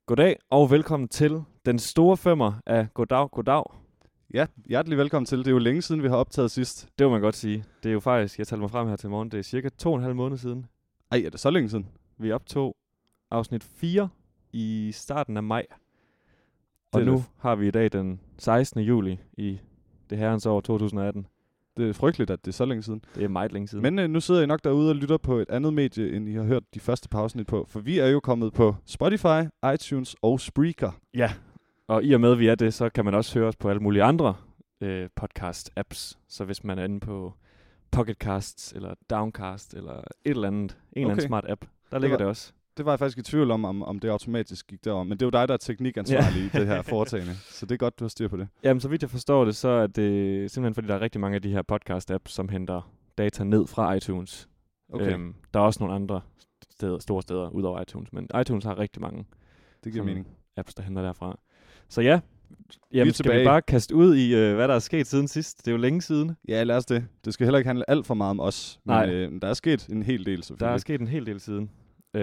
Goddag og velkommen til den store femmer af Goddag. Ja, hjertelig velkommen til. Det er jo længe siden, vi har optaget sidst. Det må man godt sige. Det er jo faktisk, jeg talte mig frem her til morgen, det er cirka 2,5 måneder siden. Ej, er det så længe siden? Vi optog afsnit 4 i starten af maj. Og nu har vi i dag den 16. juli i det herrens år 2018. Det er frygteligt, at det er så længe siden. Det er meget længe siden. Men nu sidder I nok derude og lytter på et andet medie, end I har hørt de første par afsnit på. For vi er jo kommet på Spotify, iTunes og Spreaker. Ja, og i og med, at vi er det, så kan man også høre os på alle mulige andre podcast-apps. Så hvis man er inde på Pocketcasts eller Downcast eller et eller andet, eller anden smart app, der ligger det også. Det var jeg faktisk i tvivl om det automatisk gik derover. Men det er jo dig, der er teknikansvarlig i det her foretagende. Så det er godt, du har styr på det. Jamen, så vidt jeg forstår det, så er det simpelthen, fordi der er rigtig mange af de her podcast-apps, som henter data ned fra iTunes. Okay. Der er også nogle andre store steder ud over iTunes, men iTunes har rigtig mange det giver mening. Apps, der henter derfra. Så ja, jamen, skal vi bare kaste ud i, hvad der er sket siden sidst? Det er jo længe siden. Ja, lad os det. Det skal heller ikke handle alt for meget om os. Men der er sket en hel del, selvfølgelig. Der er sket en hel del siden.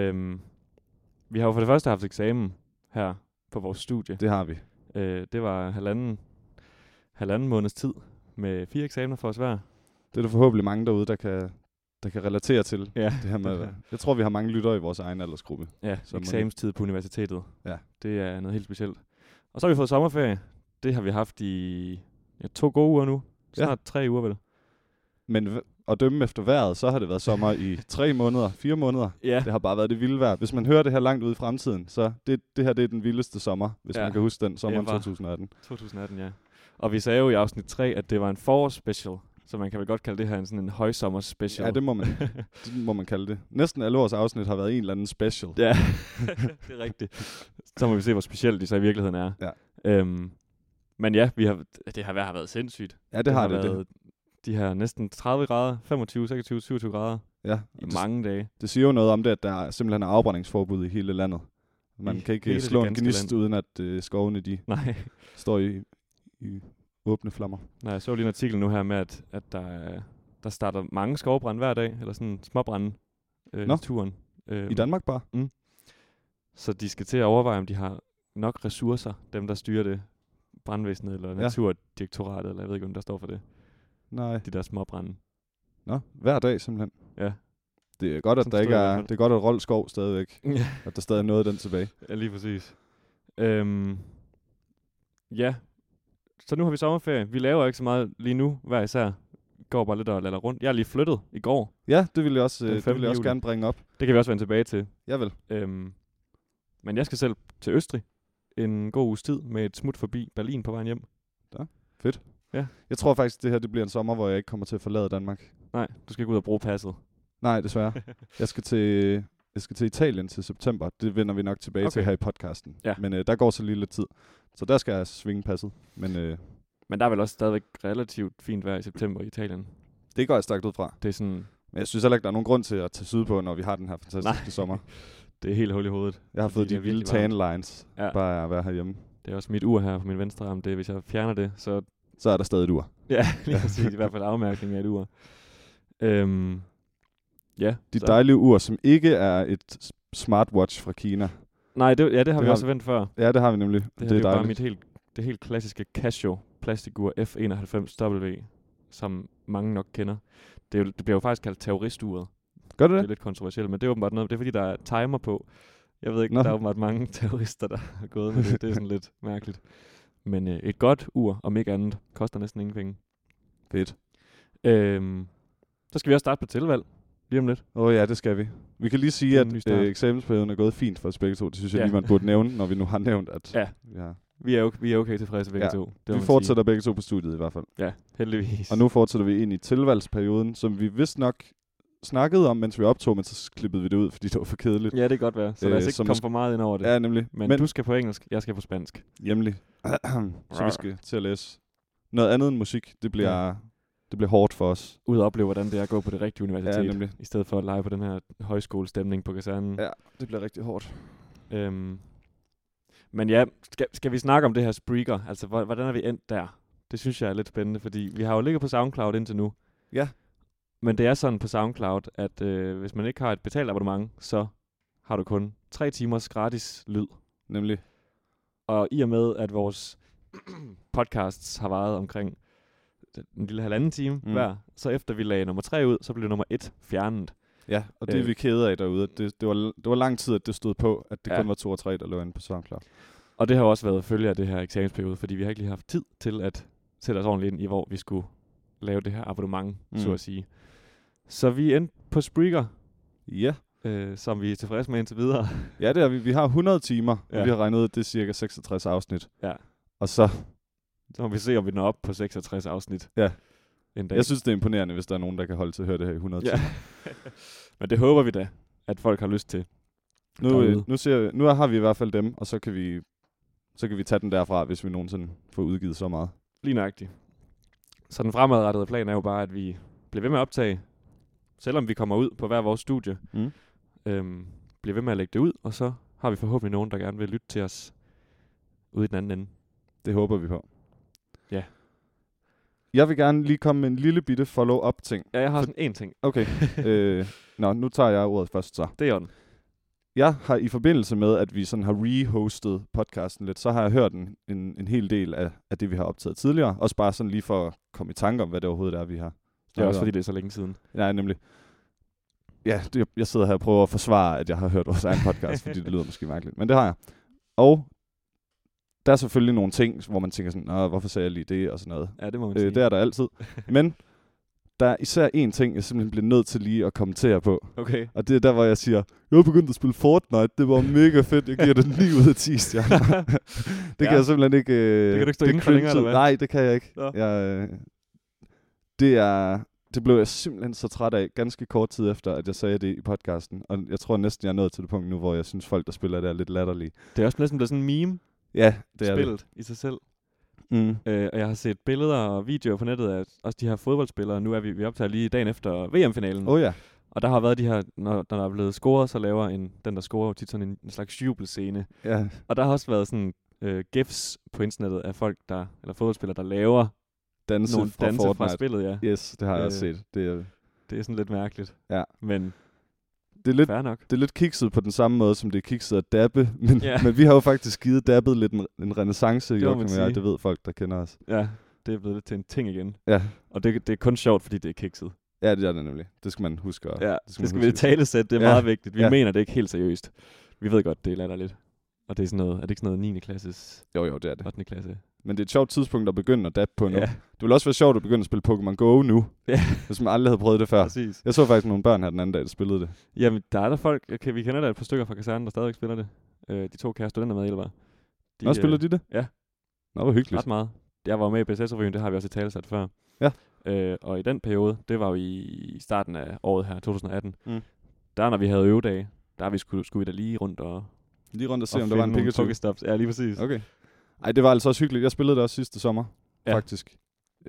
Vi har jo for det første haft eksamen her på vores studie. Det har vi. Det var halvanden måneds tid med 4 eksamener for os hver. Det er der forhåbentlig mange derude, der kan relatere til det her med. Okay. Jeg tror, vi har mange lyttere i vores egen aldersgruppe. Ja, eksamenstid på universitetet. Ja. Det er noget helt specielt. Og så har vi fået sommerferie. Det har vi haft i 2 gode uger nu. Snart 3 uger vel. Men at dømme efter vejret, så har det været sommer i 3 måneder, 4 måneder. Ja. Det har bare været det vilde vejr. Hvis man hører det her langt ude i fremtiden, så det her det er den vildeste sommer, hvis man kan huske den sommeren 2018. 2018, ja. Og vi sagde jo i afsnit 3, at det var en forårsspecial. Så man kan vel godt kalde det her sådan en højsommerspecial. Ja, det må man kalde det. Næsten alle vores afsnit har været en eller anden special. Ja, det er rigtigt. Så må vi se, hvor specielt de så i virkeligheden er. Ja. Men ja, det har været sindssygt. Ja, det har været de her næsten 30 grader, 25, 26, 27 grader i mange dage. Det siger jo noget om det, at der simpelthen er afbrændingsforbud i hele landet. Man kan ikke slå en gnist, uden at skovene de står i åbne flammer. Nej, jeg så lige en artikel nu her med, at der starter mange skovbrænde hver dag, eller sådan småbrænde i naturen. I Danmark bare? Mm. Så de skal til at overveje, om de har nok ressourcer, dem der styrer det, brandvæsenet eller naturdirektoratet, eller jeg ved ikke, om der står for det. Nej. De der småbrænde. Nå, hver dag simpelthen. Ja. Det er godt, at der ikke er, det er godt at Rold Skov stadigvæk. At der stadig er noget af den tilbage. Ja, lige præcis. Ja. Så nu har vi sommerferie. Vi laver ikke så meget lige nu, hver især. Går bare lidt og lader rundt. Jeg er lige flyttet i går. Ja, det vil jeg også, gerne bringe op. Det kan vi også vende tilbage til. Jeg vil. Men jeg skal selv til Østrig en god uges tid med et smut forbi Berlin på vejen hjem. Ja, fedt. Ja. Jeg tror faktisk, det her det bliver en sommer, hvor jeg ikke kommer til at forlade Danmark. Nej, du skal ikke ud og bruge passet. Nej, desværre. Jeg skal til Italien til september. Det vender vi nok tilbage til her i podcasten. Ja. Men der går så lige lidt tid. Så der skal jeg svinge passet. Men der er vel også stadigvæk relativt fint vejr i september i Italien. Det går jeg stærkt ud fra. Det er sådan. Men jeg synes heller ikke, der er nogen grund til at tage sydpå, når vi har den her fantastiske sommer. Det er helt hul i hovedet. Jeg har fået de vilde tan lines, bare at være herhjemme. Det er også mit ur her på min venstre arm. Det, hvis jeg fjerner det, så er der stadig et ur. Ja, lige præcis. I hvert fald afmærkning af et ur. Ja. De dejlige ur, som ikke er et smartwatch fra Kina. Nej, det har vi også vendt før. Ja, det har vi nemlig. Det er bare det helt klassiske Casio plastikur F91W, som mange nok kender. Det bliver jo faktisk kaldt terroristuret. Gør det? Det er lidt kontroversielt, men det er åbenbart noget. Det er fordi, der er timer på. Jeg ved ikke, der er åbenbart mange terrorister, der har gået med det. Det er sådan lidt mærkeligt. Men et godt ur, om ikke andet, koster næsten ingen penge. Fedt. Så skal vi også starte på tilvalg. Lige om lidt. Ja, det skal vi. Vi kan lige sige, at eksamensperioden er gået fint for os begge to. Det synes jeg lige, man burde nævne, når vi nu har nævnt, at vi er okay tilfredse begge to. Vi fortsætter begge to på studiet i hvert fald. Ja, heldigvis. Og nu fortsætter vi ind i tilvalgsperioden, som vi vist nok snakkede om, mens vi optog, men så klippede vi det ud, fordi det var for kedeligt. Ja, det kan godt være. Så lad os ikke komme for meget ind over det. Ja, nemlig. Men du skal på engelsk, jeg skal på spansk. Hjemlig. Så vi skal til at læse noget andet end musik. Det bliver hårdt for os. Ud at opleve, hvordan det er at gå på det rigtige universitet, i stedet for at lege på den her højskolestemning på kasernen. Ja, det bliver rigtig hårdt. Men ja, skal vi snakke om det her Spreaker? Altså, hvordan er vi endt der? Det synes jeg er lidt spændende, fordi vi har jo ligget på SoundCloud indtil nu. Ja. Men det er sådan på SoundCloud, at hvis man ikke har et betalt abonnement, så har du kun 3 timers gratis lyd Nemlig. Og i og med, at vores podcasts har varet omkring en lille 1,5 time hver, så efter vi lagde nummer 3 ud, så blev nummer 1 fjernet. Ja, og det er vi kede af derude. Det var lang tid, at det stod på, at det kun var 2 og 3, der lå inde på SoundCloud. Og det har også været følge af det her eksamensperiode, fordi vi har ikke lige haft tid til at sætte os ordentligt ind i, hvor vi skulle lave det her abonnement, så at sige. Så vi endte på Spreaker. Ja. Som vi er tilfredse med indtil videre. Ja, det er vi. Vi har 100 timer, og vi har regnet ud, at det er cirka 66 afsnit. Ja. Og så må vi se, om vi når op på 66 afsnit. Ja. En dag. Jeg synes, det er imponerende, hvis der er nogen, der kan holde til at høre det her i 100 timer. Men det håber vi da, at folk har lyst til. Nu har vi i hvert fald dem, og så kan vi tage den derfra, hvis vi nogensinde får udgivet så meget. Lige nøjagtigt. Så den fremadrettede plan er jo bare, at vi bliver ved med at optage, selvom vi kommer ud på hver vores studie. Bliver ved med at lægge det ud, og så har vi forhåbentlig nogen, der gerne vil lytte til os ude i den anden ende. Det håber vi på. Ja. Jeg vil gerne lige komme med en lille bitte follow-up ting. Ja, jeg har sådan en ting. Okay. Nu tager jeg ordet først så. Det er den. Jeg har i forbindelse med, at vi sådan har rehostet podcasten lidt, så har jeg hørt en hel del af det, vi har optaget tidligere. Også bare sådan lige for at komme i tanke om, hvad det overhovedet er, vi har. Det er også fordi, det er så længe siden. Ja, nemlig. Ja, jeg sidder her og prøver at forsvare, at jeg har hørt vores egen podcast, fordi det lyder måske mærkeligt. Men det har jeg. Og der er selvfølgelig nogle ting, hvor man tænker sådan, hvorfor sagde jeg lige det og sådan noget. Ja, det må man sige. Det er der altid. Men der er især en ting, jeg simpelthen bliver nødt til lige at kommentere på. Okay. Og det er der, hvor jeg siger, jeg har begyndt at spille Fortnite, det var mega fedt, jeg giver det 9 ud af 10 stjerner. Det kan jeg simpelthen ikke... det kan du ikke stå inden for længere, eller hvad? Nej, det kan jeg ikke. Det blev jeg simpelthen så træt af, ganske kort tid efter, at jeg sagde det i podcasten. Og jeg tror næsten, jeg er nået til det punkt nu, hvor jeg synes, folk, der spiller det, er lidt latterlige. Det er også næsten blevet sådan en meme. Ja, det er spillet i sig selv. Og jeg har set billeder og videoer på nettet af også de her fodboldspillere. Nu er vi optager lige dagen efter VM-finalen. Ja. Og der har været de her, når der er blevet scoret, så laver den, der scorer, tit sådan en slags jubelscene. Ja. Og der har også været sådan gifs på internettet af folk, eller fodboldspillere, der laver danse fra spillet. Ja. Yes, det har jeg også set. Det er sådan lidt mærkeligt. Ja. Men det er lidt, fair nok. Det er lidt kikset på den samme måde, som det er kikset at dabbe. Men vi har jo faktisk givet dabbet lidt en renaissance, Joachim og jeg. Det ved folk, der kender os. Ja, det er blevet lidt til en ting igen. Ja. Og det er kun sjovt, fordi det er kikset. Ja, det er det nemlig. Det skal man huske. Det skal vi talesætte. Det er meget vigtigt. Vi mener det ikke helt seriøst. Vi ved godt, det er latterligt. Og det er sådan noget, er det ikke sådan noget 9. klasses? Jo, det er det. 8. klasse. Men det er et sjovt tidspunkt at begynde at dabbe på nu. Ja. Det ville også være sjovt at begynde at spille Pokémon Go nu, hvis man aldrig havde prøvet det før. Præcis. Jeg så faktisk nogle børn her den anden dag, der spillede det. Jamen, der er der folk, vi kender da et par stykker fra kasernen, der stadigvæk spiller det. De 2 kære studenter med, eller hvad? Spiller de det? Ja. Nå, hvor hyggeligt. Ret meget. Jeg var med i BSS-revyen, det har vi også i talesat før. Ja. Og i den periode, det var jo i starten af året her, 2018, der når vi havde øvedage, der skulle vi da lige rundt og se, om der var en Pikachu. Ja, lige præcis. Okay. Ej, det var altså også hyggeligt. Jeg spillede det også sidste sommer, faktisk.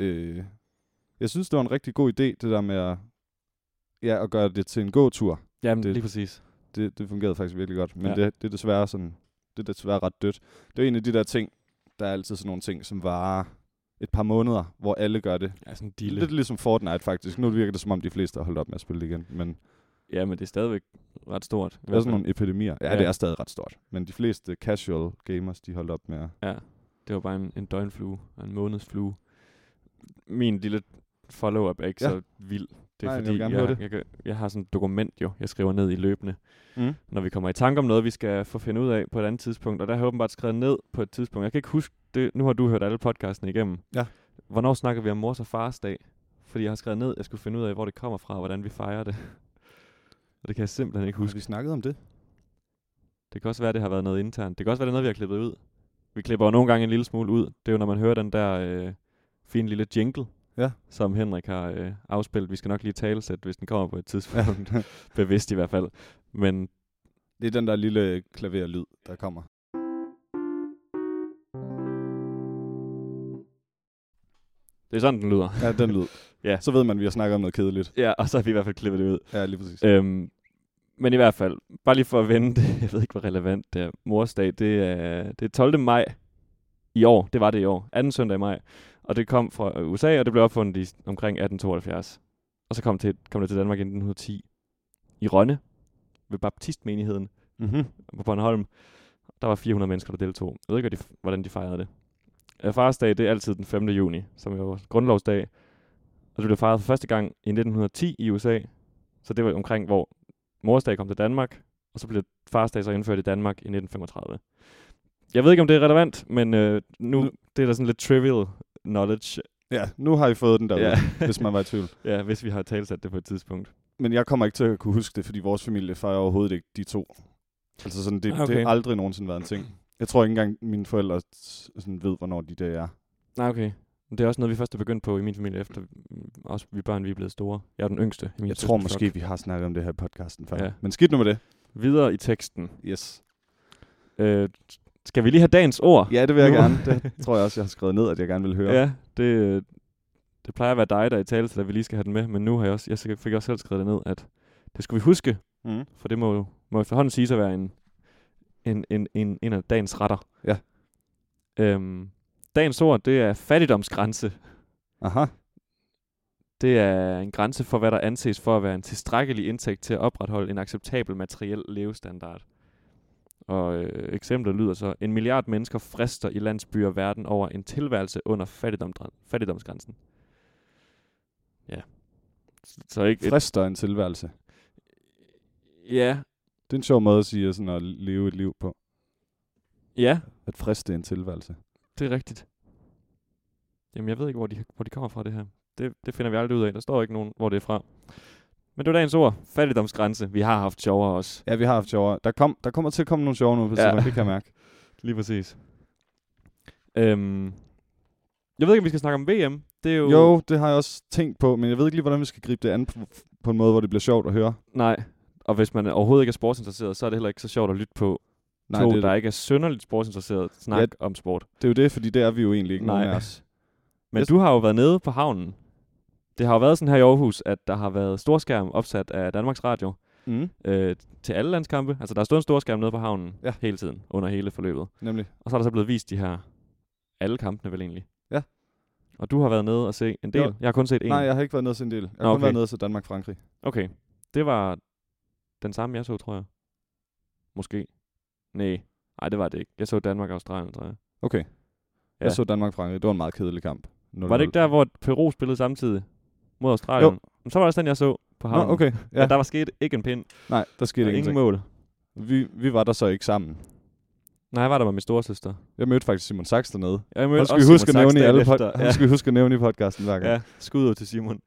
Jeg synes, det var en rigtig god idé, det der med at gøre det til en gåtur. Jamen, lige præcis. Det fungerede faktisk virkelig godt, men det er desværre sådan, det er desværre ret dødt. Det er en af de der ting, der er altid sådan nogle ting, som varer et par måneder, hvor alle gør det. Ja, sådan dille. Lidt ligesom Fortnite faktisk. Nu virker det, som om de fleste har holdt op med at spille det igen, men... Ja, men det er stadigvæk ret stort. Der er sådan nogle epidemier. Ja, det er stadig ret stort. Men de fleste casual gamers, de holdt op med Ja, det var bare en døgnflue, en månedsflue. Min lille follow-up er ikke så vild. Det er fordi, jeg har sådan et dokument jo, jeg skriver ned i løbende. Når vi kommer i tanke om noget, vi skal få finde ud af på et andet tidspunkt. Og der har jeg åbenbart skrevet ned på et tidspunkt. Jeg kan ikke huske det. Nu har du hørt alle podcasten igennem. Ja. Hvornår snakker vi om mors og fars dag? Fordi jeg har skrevet ned, jeg skulle finde ud af, hvor det kommer fra, og hvordan vi fejrer det. Og det kan jeg simpelthen ikke huske. Har vi snakket om det? Det kan også være, det har været noget internt. Det kan også være, det er noget, vi har klippet ud. Vi klipper jo nogle gange en lille smule ud. Det er jo, når man hører den der fine lille jingle, som Henrik har afspillet. Vi skal nok lige talesætte, hvis den kommer på et tidspunkt. Bevidst i hvert fald. Men det er den der lille klaverlyd, der kommer. Det er sådan, den lyder. Ja, den lyd. Ja. Så ved man, at vi har snakket om noget kedeligt. Ja, og så har vi i hvert fald klippet det ud. Ja, lige præcis. Men i hvert fald, bare lige for at vende det, jeg ved ikke, hvor relevant det er. Morsdag, det er 12. maj i år. Det var det i år. 2. søndag i maj. Og det kom fra USA, og det blev opfundet omkring 1872. Og så kom det til Danmark i 1910. I Rønne, ved baptistmenigheden på Bornholm. Der var 400 mennesker, der deltog. Jeg ved ikke, hvordan de fejrede det. Fars dag, det er altid den 5. juni, som jo var grundlovsdag. Og det blev fejret for første gang i 1910 i USA. Så det var omkring, hvor Mors dag kom til Danmark, og så blev Fars dag så indført i Danmark i 1935. Jeg ved ikke, om det er relevant, men nu det er der sådan lidt trivial knowledge. Ja, nu har I fået den derude, hvis man var i tvivl. Ja, hvis vi har talsat det på et tidspunkt. Men jeg kommer ikke til at kunne huske det, fordi vores familie fejrer overhovedet ikke de to. Altså sådan, det har aldrig nogensinde været en ting. Jeg tror ikke engang, mine forældre sådan ved, hvornår de der er. Nej, okay. Det er også noget, vi først er begyndt på i min familie, efter også vi børn, vi er blevet store. Jeg er den yngste i min Jeg tror måske, vi har snakket om det her i podcasten før. Ja. Men skidt nu med det. Videre i teksten. Yes. Skal vi lige have dagens ord? Ja, det vil jeg gerne. Det tror jeg også, jeg har skrevet ned, at jeg gerne vil høre. Ja, det plejer at være dig, der er i tale, så vi lige skal have den med. Men nu har jeg fik også selv skrevet det ned, at det skulle vi huske. For det må efterhånden sige at være en af dagens retter. Ja. Dagens ord, det er fattigdomsgrænse. Aha. Det er en grænse for, hvad der anses for at være en tilstrækkelig indtægt til at opretholde en acceptabel materiel levestandard. Og eksemplet lyder så: 1 milliard mennesker frister i landsbyer verden over en tilværelse under fattigdomsgrænsen. Ja. Så ikke frister en tilværelse. Ja. Det er en sjov måde at sige sådan at leve et liv på. Ja. At friste en tilværelse. Det er rigtigt. Jamen, jeg ved ikke, hvor de kommer fra, det her. Det finder vi aldrig ud af. Der står ikke nogen, hvor det er fra. Men det var dagens ord. Fattigdomsgrænse. Vi har haft sjovere også. Ja, vi har haft sjovere. Der kommer til at komme nogle sjove nu, det kan jeg mærke. Lige præcis. Jeg ved ikke, om vi skal snakke om VM. Det er jo, det har jeg også tænkt på, men jeg ved ikke lige, hvordan vi skal gribe det an på en måde, hvor det bliver sjovt at høre. Nej, og hvis man overhovedet ikke er sportsinteresseret, så er det heller ikke så sjovt at lytte på. Der ikke er synderligt sportsinteresseret snak om sport. Det er jo det, fordi det er vi jo egentlig ikke nogen af os. Men du har jo været nede på havnen. Det har jo været sådan her i Aarhus, at der har været storskærm opsat af Danmarks Radio til alle landskampe. Altså der har stået en storskærm nede på havnen hele tiden, under hele forløbet. Nemlig. Og så er der så blevet vist de her, alle kampene vel egentlig. Ja. Og du har været nede og se en del. Jeg har kun set en. Nej, jeg har ikke været nede og se en del. Jeg har kun været nede og se Danmark-Frankrig. Okay. Det var den samme, jeg så, tror jeg. Måske. Nej, det var det ikke. Jeg så Danmark-Australien, tror jeg. Okay. Jeg så Danmark-Frankrig. Det var en meget kedelig kamp. 0-0. Var det ikke der, hvor Peru spillede samtidig mod Australien? Jo. Men så var det også den, jeg så på havnen. Okay. Ja. Men der var sket ikke en pind. Nej, der skete ingen mål. Vi var der så ikke sammen. Nej, jeg var der med min storesøster. Jeg mødte faktisk Simon Sachs dernede. Jeg mødte også Simon Sachs Han skal vi huske at nævne i podcasten hver gang. Ja, skud ud til Simon.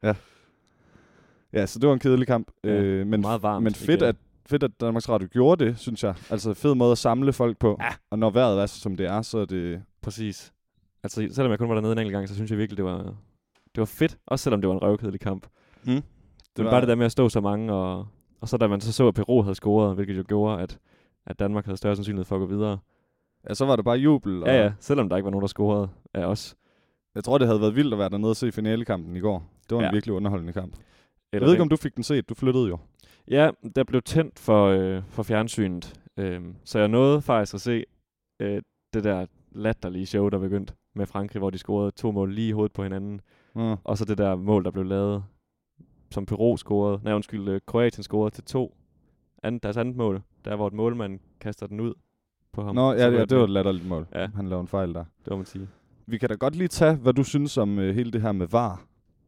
Ja, så det var en kedelig kamp. Men meget varmt. Men fedt, at Danmarks Radio gjorde det, synes jeg. Altså fed måde at samle folk på. Ja. Og når vejret er som det er, så er det... Præcis. Altså selvom jeg kun var dernede en enkelt gang, så synes jeg virkelig, det var fedt. Også selvom det var en røvkedelig kamp. Det var bare det der med at stå så mange, og så da man så at Peru havde scoret, hvilket jo gjorde, at Danmark havde større sandsynlighed for at gå videre. Ja, så var det bare jubel. Ja, selvom der ikke var nogen, der scorede af os. Jeg tror, det havde været vildt at være dernede og se finalekampen i går. Det var en virkelig underholdende kamp. Jeg ved ikke, om du fik den set. Du flyttede jo. Ja, der blev tændt for fjernsynet. Så jeg nåede faktisk at se det der latterlige show, der begyndte med Frankrig, hvor de scorede 2 mål lige i hovedet på hinanden. Og så det der mål, der blev lavet, som Peru scorede. Kroatien scorede til 2. Deres andet mål, der hvor et målmand kaster den ud på ham. Nå, ja, det var et latterligt mål. Ja. Han lavede en fejl der. Det må man sige. Vi kan da godt lige tage, hvad du synes om hele det her med VAR.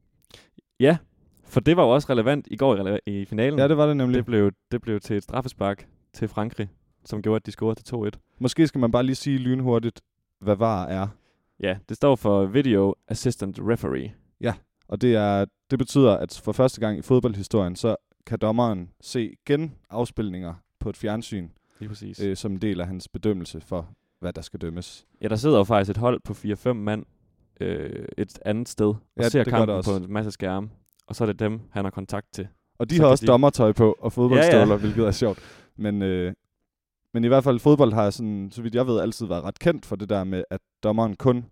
Ja, for det var jo også relevant i går i finalen. Ja, det var det nemlig. Det blev til et straffespark til Frankrig, som gjorde, at de scorede til 2-1. Måske skal man bare lige sige lynhurtigt, hvad VAR er. Ja, det står for Video Assistant Referee. Ja, og det betyder, at for første gang i fodboldhistorien, så kan dommeren se genafspilninger på et fjernsyn, som en del af hans bedømmelse for, hvad der skal dømmes. Ja, der sidder jo faktisk et hold på 4-5 mand et andet sted, og ser kampen på en masse skærme, og så er det dem, han har kontakt til. Og de har også dommertøj på, og fodboldstøvler, hvilket er sjovt. Men i hvert fald fodbold har sådan, så vidt jeg ved, altid været ret kendt for det der med, at dommeren kun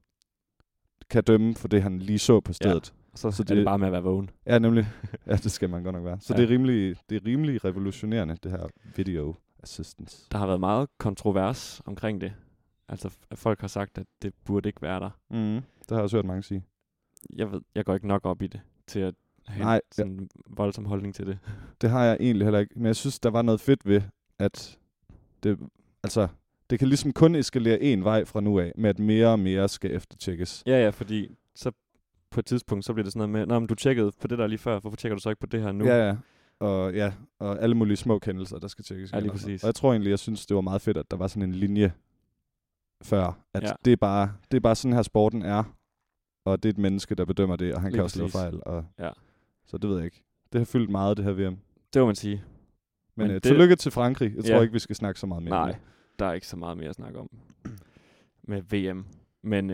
kan dømme for det, han lige så på stedet. Ja, så det er det bare med at være vågen. Ja, nemlig. Ja, det skal man godt nok være. Så det er rimelig revolutionerende, det her video assistance. Der har været meget kontrovers omkring det. Altså, folk har sagt, at det burde ikke være der. Det har jeg også hørt mange sige. Jeg går ikke nok op i det, til at have sådan en voldsom holdning til det. Det har jeg egentlig heller ikke. Men jeg synes, der var noget fedt ved, at det det kan ligesom kun eskalere en vej fra nu af, med at mere og mere skal eftertjekkes. Ja, fordi så på et tidspunkt, så bliver det sådan noget med, men du tjekkede på det der lige før, hvorfor tjekker du så ikke på det her nu? Ja. Og alle mulige små kendelser, der skal tjekkes. Ja, lige præcis. Og jeg tror egentlig, jeg synes, det var meget fedt, at der var sådan en linje før, at det er bare sådan her sporten er, og det er et menneske, der bedømmer det, og han lige kan også lave fejl. Og så det ved jeg ikke. Det har fyldt meget, det her VM. Det må man sige. Men tillykke til Frankrig. Jeg tror ikke, vi skal snakke så meget mere. Nej, der er ikke så meget mere at snakke om med VM. Men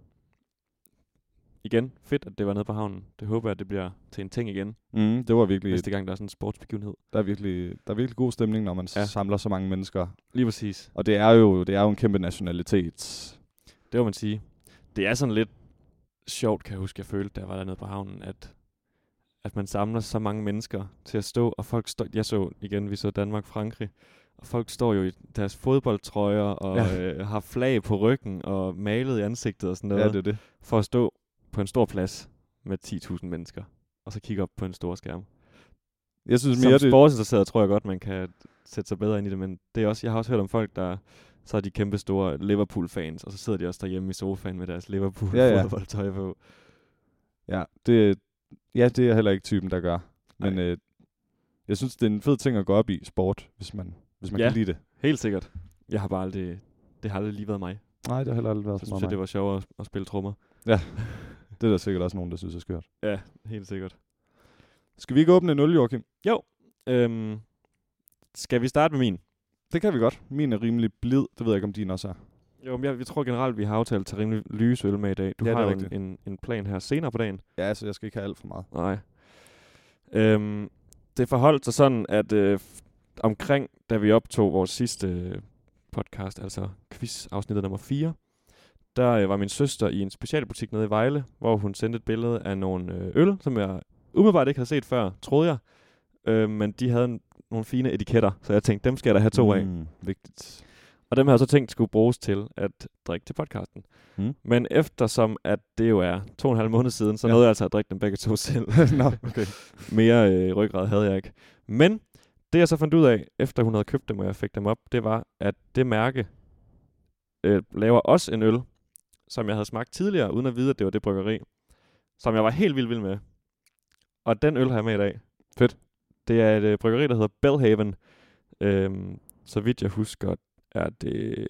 igen, fedt, at det var nede på havnen. Det håber jeg, at det bliver til en ting igen. Det var virkelig... Næste gang, der er sådan en sportsbegivenhed. Der er virkelig god stemning, når man samler så mange mennesker. Lige præcis. Og det er jo en kæmpe nationalitet. Det må man sige. Det er sådan lidt sjovt, kan jeg huske, jeg følte, da jeg var dernede på havnen, at man samler så mange mennesker til at stå, og folk står... vi så Danmark-Frankrig, og folk står jo i deres fodboldtrøjer, og har flag på ryggen, og malet i ansigtet og sådan noget. Ja, det er det. For at stå på en stor plads med 10.000 mennesker, og så kigge op på en stor skærm. Jeg synes mere som sportsinteresseret tror jeg godt, man kan sætte sig bedre ind i det, men det er også, jeg har også hørt om folk, der så er de kæmpe store Liverpool-fans, og så sidder de også derhjemme i sofaen med deres Liverpool-fodboldtøj på. Ja, det er heller ikke typen, der gør. Men jeg synes, det er en fed ting at gå op i sport, hvis man kan lide det. Helt sikkert. Jeg har bare aldrig... Det har aldrig lige været mig. Nej, det har heller aldrig været så synes jeg, det var sjovere at spille trommer. Ja, det er der sikkert også nogen, der synes er skørt. Ja, helt sikkert. Skal vi ikke åbne en øl, Joachim? Jo. Skal vi starte med min? Det kan vi godt. Min er rimelig blid. Det ved jeg ikke, om din også er. Jo, men jeg tror generelt, vi har aftalt til rimelig lyse øl med i dag. Du har jo en plan her senere på dagen. Ja, så jeg skal ikke have alt for meget. Nej. Det forholdt sig sådan, at omkring, da vi optog vores sidste podcast, altså quiz-afsnittet nummer 4, der var min søster i en specialbutik nede i Vejle, hvor hun sendte et billede af nogle øl, som jeg umiddelbart ikke havde set før, troede jeg. Men de havde nogle fine etiketter, så jeg tænkte, dem skal jeg da have 2 af. Vigtigt. Og dem har jeg så tænkt skulle bruges til at drikke til podcasten. Men eftersom at det jo er 2,5 måneder siden, så nåede jeg altså at drikke dem begge 2 selv. Nå, okay. Mere ryggrad havde jeg ikke. Men det jeg så fandt ud af, efter hun havde købt dem, og jeg fik dem op, det var, at det mærke laver også en øl, som jeg havde smagt tidligere, uden at vide, at det var det bryggeri, som jeg var helt vild med. Og den øl har jeg med i dag. Fedt. Det er et bryggeri, der hedder Belhaven. Så vidt jeg husker, er det...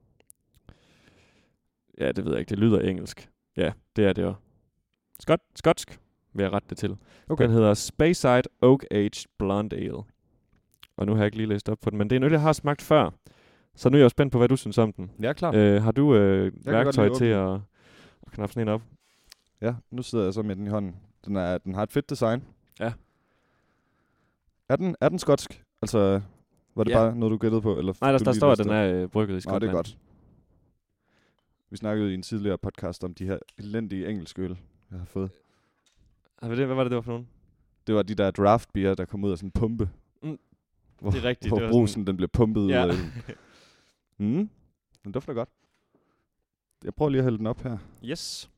Ja, det ved jeg ikke. Det lyder engelsk. Ja, det er det jo. Skotsk vil jeg rette det til. Okay. Den hedder Speyside Oak Aged Blonde Ale. Og nu har jeg ikke lige læst op på den, men det er en øl, jeg har smagt før. Så nu er jeg jo spændt på, hvad du synes om den. Ja, klar. Har du værktøj til at knappe sådan en op? Ja, nu sidder jeg så med den i hånden. Den har et fedt design. Ja. Er den skotsk? Altså, var det bare noget, du gættede på? Eller nej, der står, at den er brygget i Skotland. Det er godt. Vi snakkede i en tidligere podcast om de her elendige engelske øl, jeg har fået. Hvad var det var for nogen? Det var de der draft beer, der kom ud af sådan en pumpe. Det er rigtigt. Hvor brusen, den blev pumpet ud af den. Den dufter godt. Jeg prøver lige at hælde den op her. Yes.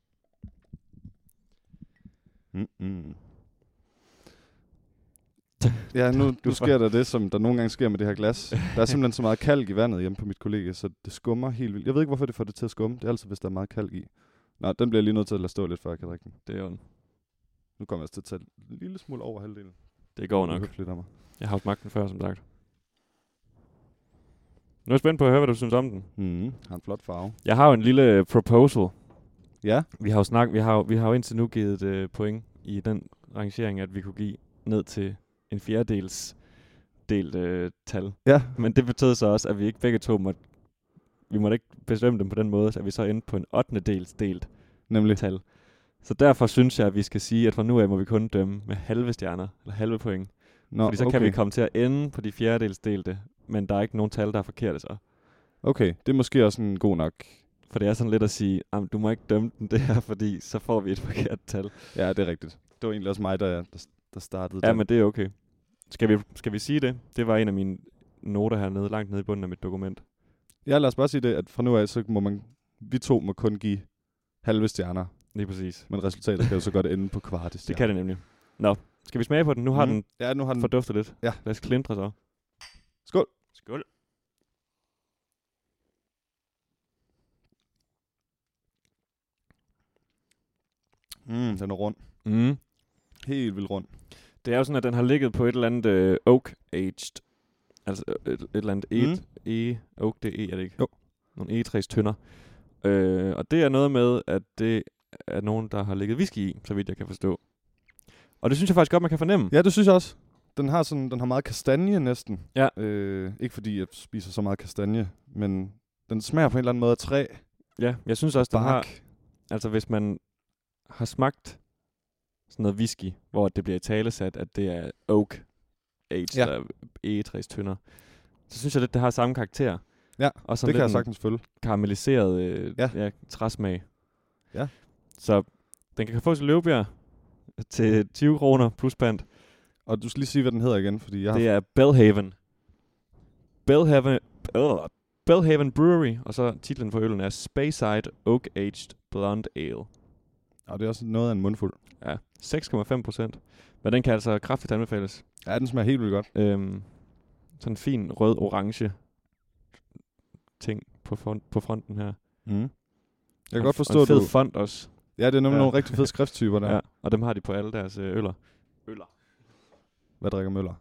Ja, nu sker der det, som der nogle gange sker med det her glas. Der er simpelthen så meget kalk i vandet hjemme på mit kollega, så det skummer helt vildt. Jeg ved ikke, hvorfor det får det til at skumme. Det er altså, hvis der er meget kalk i. Nå, den bliver jeg lige nødt til at lade stå lidt, før jeg kan drikke den. Det er jo. Nu kommer jeg til at tage en lille smule over halvdelen. Det går nok. Jeg har smagt den før, som sagt. Nu er jeg spændt på at høre, hvad du synes om den. Har en flot farve. Jeg har jo en lille proposal. Ja. Vi har jo indtil nu givet point i den rangering, at vi kunne give ned til en fjerdedels delt tal. Ja. Men det betød så også, at vi ikke begge to måtte ikke bestemme dem på den måde, så vi så endte på en 8. dels delt tal. Så derfor synes jeg, at vi skal sige, at fra nu af må vi kun dømme med halve stjerner, eller halve point. Fordi så kan vi komme til at ende på de fjerdedels delte, men der er ikke nogen tal, der er forkerte så. Okay, det er måske også en god nok. For det er sådan lidt at sige, du må ikke dømme den der, fordi så får vi et forkert tal. Ja, det er rigtigt. Det var egentlig også mig, der startede den. Men det er okay. Skal vi sige det? Det var en af mine noter hernede, langt nede i bunden af mit dokument. Ja, lad os bare sige det, at fra nu af, så vi to må kun give halve stjerner. Lige præcis. Men resultatet kan jo så godt ende på kvarte stjerner. Det kan det nemlig. Nå, skal vi smage på den? Nu har den forduftet lidt. Ja. Lad os klintre så. Skål. Skål. Den er rund. Mm. Helt vildt rund. Det er jo sådan, at den har ligget på et eller andet oak-aged. Altså et eller andet oak, det er det ikke? Jo. Nogle egetræs tønder. Og det er noget med, at det er nogen, der har ligget whisky i, så vidt jeg kan forstå. Og det synes jeg faktisk godt, man kan fornemme. Ja, det synes jeg også. Den har meget kastanje næsten. Ja. Ikke fordi jeg spiser så meget kastanje, men den smager på en eller anden måde af træ. Ja, jeg synes også, den Bark. har... Altså hvis man har smagt sådan noget whisky, hvor det bliver italesat, at det er oak aged, eller egetræs tønder, så synes jeg lidt, det har samme karakter. Ja, og det kan jeg sagtens følge. Karamelliseret træsmag. Ja. Så den kan få til løvbjerg til 20 kroner plus pant. Og du skal lige sige, hvad den hedder igen, fordi jeg Det er Bellhaven. Bellhaven Brewery, og så titlen på øllen er Speyside Oak Aged Blonde Ale. Og det er også noget af en mundfuld. Ja, 6,5%. Men den kan altså kraftigt anbefales. Ja, den smager helt vildt godt. Sådan en fin rød-orange ting på fronten her. Mm. Jeg kan godt forstå, og en fed du... font også. Ja, det er nemlig nogle rigtig fede skrifttyper der. Ja, og dem har de på alle deres øller. Hvad drikker Møller?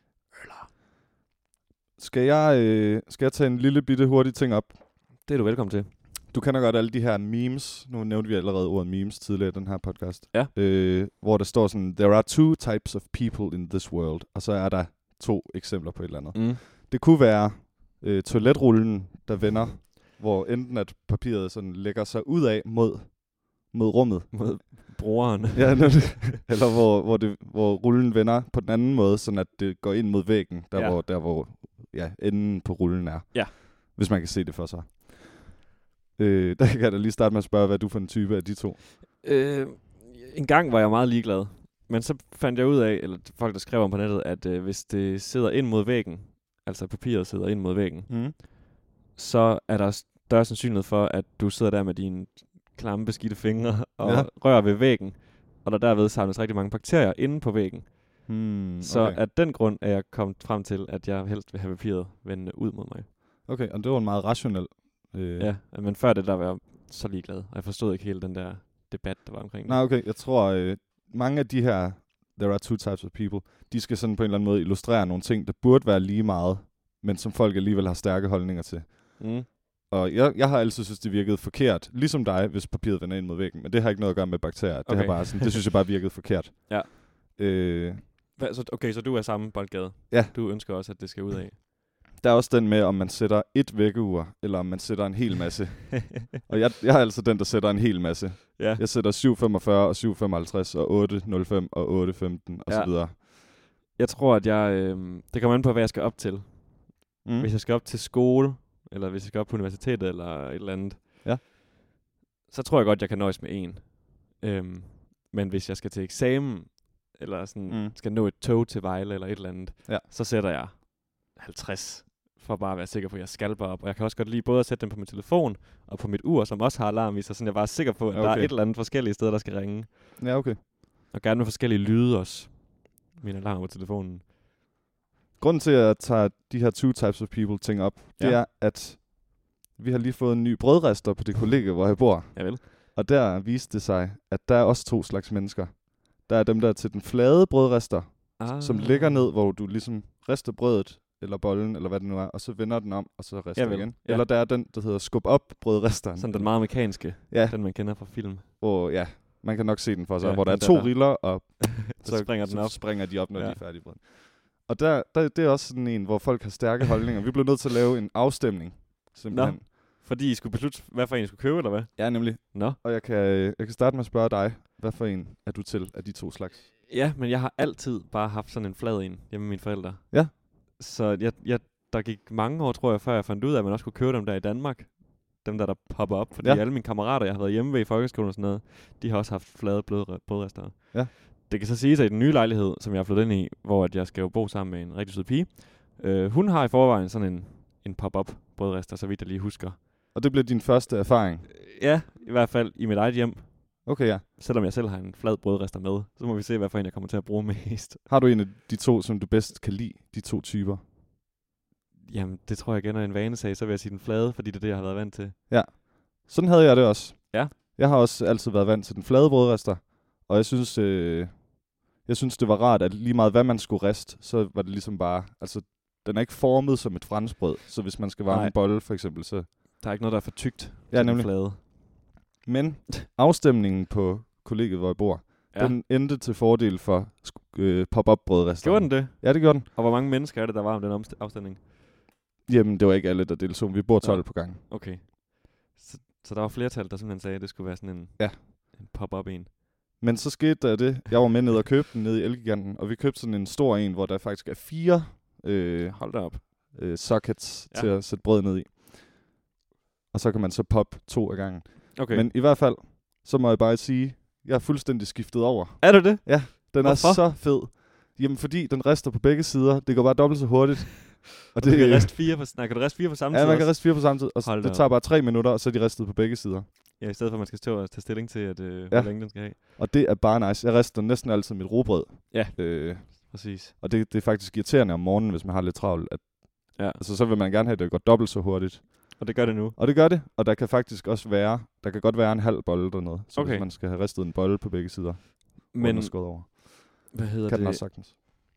Skal jeg tage en lille bitte hurtig ting op? Det er du velkommen til. Du kender godt alle de her memes. Nu nævnte vi allerede ordet memes tidligere i den her podcast. Ja. Hvor der står sådan, there are 2 types of people in this world. Og så er der 2 eksempler på et eller andet. Mm. Det kunne være toiletrullen, der vender, hvor enten at papiret sådan lægger sig ud af mod rummet. Mod brugeren. Ja, eller hvor rullen vender på den anden måde, sådan at det går ind mod væggen, der hvor enden på rullen er. Ja. Hvis man kan se det for sig. Der kan jeg da lige starte med at spørge, hvad du for en type af de 2? En gang var jeg meget ligeglad. Men så fandt jeg ud af, eller folk der skrev om på nettet, at hvis det sidder ind mod væggen, altså papiret sidder ind mod væggen, så er der større sandsynlighed for, at du sidder der med dine klamme beskidte fingre og rører ved væggen, og der derved samles rigtig mange bakterier inde på væggen. Så af den grund er jeg kommet frem til, at jeg helst vil have papiret vendende ud mod mig. Okay, og det var en meget rationel... Ja, men før det der var jeg så ligeglad, og jeg forstod ikke helt den der debat, der var omkring det. Nej, okay, jeg tror, mange af de her there are 2 types of people, de skal sådan på en eller anden måde illustrere nogle ting, der burde være lige meget, men som folk alligevel har stærke holdninger til. Mm. Og jeg har altid synes, det virkede forkert, ligesom dig, hvis papiret vender ind mod væggen. Men det har ikke noget at gøre med bakterier. Det, har bare sådan, det synes jeg bare virkede forkert. Ja. Så så du er samme boldgade? Ja. Du ønsker også, at det skal ud af? Der er også den med, om man sætter et vækkeur, eller om man sætter en hel masse. Og jeg er altså den, der sætter en hel masse. Ja. Jeg sætter 7,45 og 7,55 og 8,05 og 8,15 og så videre. Jeg tror, at det kommer an på, hvad jeg skal op til. Hvis jeg skal op til skole, eller hvis jeg skal op på universitetet, eller et eller andet, så tror jeg godt, jeg kan nøjes med en. Men hvis jeg skal til eksamen, eller sådan, skal nå et tog til Vejle, eller et eller andet, så sætter jeg 50, for bare at være sikker på, at jeg skal bare op. Og jeg kan også godt lide både at sætte dem på min telefon, og på mit ur, som også har alarm i sig, så jeg bare er sikker på, at der er et eller andet forskellige steder, der skal ringe. Ja, okay. Og gerne med forskellige lyde også. Min alarm på telefonen. Grunden til, at jeg tager de her 2 types of people ting op, det er, at vi har lige fået en ny brødrester på det kollegie, hvor jeg bor. Javel. Og der viste det sig, at der er også 2 slags mennesker. Der er dem, der er til den flade brødrester, som ligger ned, hvor du ligesom rister brødet, eller bollen, eller hvad det nu er, og så vender den om, og så rister igen. Ja. Eller der er den, der hedder skub op brødresteren. Sådan den meget amerikanske, den man kender fra film. Og man kan nok se den for sig, hvor der er 2 riller, og så springer de op, når de er færdige brød. Og det er også sådan en, hvor folk har stærke holdninger. Vi blev nødt til at lave en afstemning, simpelthen. Nå, fordi I skulle beslutte, hvad for en I skulle købe, eller hvad? Ja, nemlig. Nå. Og jeg kan starte med at spørge dig, hvad for en er du til af de 2 slags? Ja, men jeg har altid bare haft sådan en flad en hjemme med mine forældre. Ja. Så der gik mange år, tror jeg, før jeg fandt ud af, at man også kunne købe dem der i Danmark. Dem der popper op. Fordi alle mine kammerater, jeg har været hjemme ved i folkeskolen og sådan noget, de har også haft flade brødrester. Ja. Det kan så siges, at i den nye lejlighed, som jeg har flyttet ind i, hvor at jeg skal jo bo sammen med en rigtig sød pige, hun har i forvejen sådan en pop-up brødrester, så vidt jeg lige husker. Og det blev din første erfaring? Ja, i hvert fald i mit eget hjem. Okay, ja. Selvom jeg selv har en flad brødrester med, så må vi se, hvad for en jeg kommer til at bruge mest. Har du en af de 2, som du bedst kan lide, de 2 typer? Jamen, det tror jeg igen er en vanesag, så vil jeg sige den flade, fordi det er det, jeg har været vant til. Ja, sådan havde jeg det også. Ja. Jeg har også altid været vant til den flade brødrester, Og jeg synes, det var rart, at lige meget hvad man skulle riste, så var det ligesom bare... Altså, den er ikke formet som et franskbrød, så hvis man skal varme en bolle, for eksempel, så... Der er ikke noget, der er for tykt ja, til nemlig. den flade. Men afstemningen på kollegiet, hvor jeg bor, den endte til fordel for pop-up brødrestaurant. Gjorde den det? Ja, det gjorde den. Og hvor mange mennesker er det, der var om den afstemning? Jamen, det var ikke alle, der deltog. Vi bor 12 på gang. Okay. Så der var flertal, der simpelthen sagde, at det skulle være sådan en pop-up en. Men så skete der det. Jeg var med ned og købte den nede i Elgiganten, og vi købte sådan en stor en, hvor der faktisk er 4 hold da op. sockets til at sætte brød ned i. Og så kan man så poppe 2 af gangen. Okay. Men i hvert fald, så må jeg bare sige, jeg er fuldstændig skiftet over. Er du det? Ja, den er så fed. Jamen, fordi den rister på begge sider. Det går bare dobbelt så hurtigt. Og det kan riste 4 på, kan du riste 4 på samme tid? Ja, man kan riste 4 på samme tid. Og det tager bare 3 minutter, og så er de ristet på begge sider. Ja, i stedet for, at man skal stå og tage stilling til, hvor længe den skal have. Og det er bare nice. Jeg rister næsten altid mit rugbrød. Ja, præcis. Og det er faktisk irriterende om morgenen, hvis man har lidt travlt. Altså, så vil man gerne have, at det går dobbelt så hurtigt. Og det gør det nu? Og det gør det. Og der kan faktisk også være, der kan godt være en halv bolle dernede. Så hvis man skal have ristet en bolle på begge sider. Men, over. Hvad hedder kan det? Den også sagtens.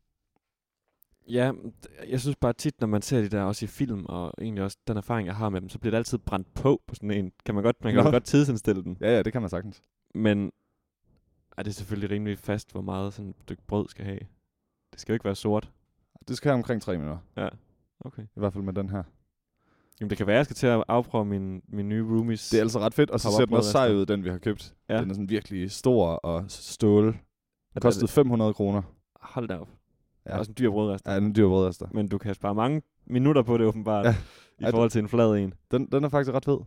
Ja, jeg synes bare tit, når man ser de der også i film, og egentlig også den erfaring, jeg har med dem, så bliver det altid brændt på sådan en. Man kan godt tidsindstille den. Ja, det kan man sagtens. Men det er selvfølgelig rimelig fast, hvor meget sådan et stykke brød skal have. Det skal jo ikke være sort. Det skal have omkring 3 minutter. Ja, okay. I hvert fald med den her. Jamen det kan være, at jeg skal til at afprøve min nye roomies. Det er altså ret fedt, og så ser den også sej ud, den vi har købt. Ja. Den er sådan virkelig stor og stål. Den kostede 500 kroner. Hold da op. Ja. Det er også en dyr brødrester. Ja, en dyr brødrester. Men du kan spare mange minutter på det åbenbart, i forhold til en flad en. Den er faktisk ret fed.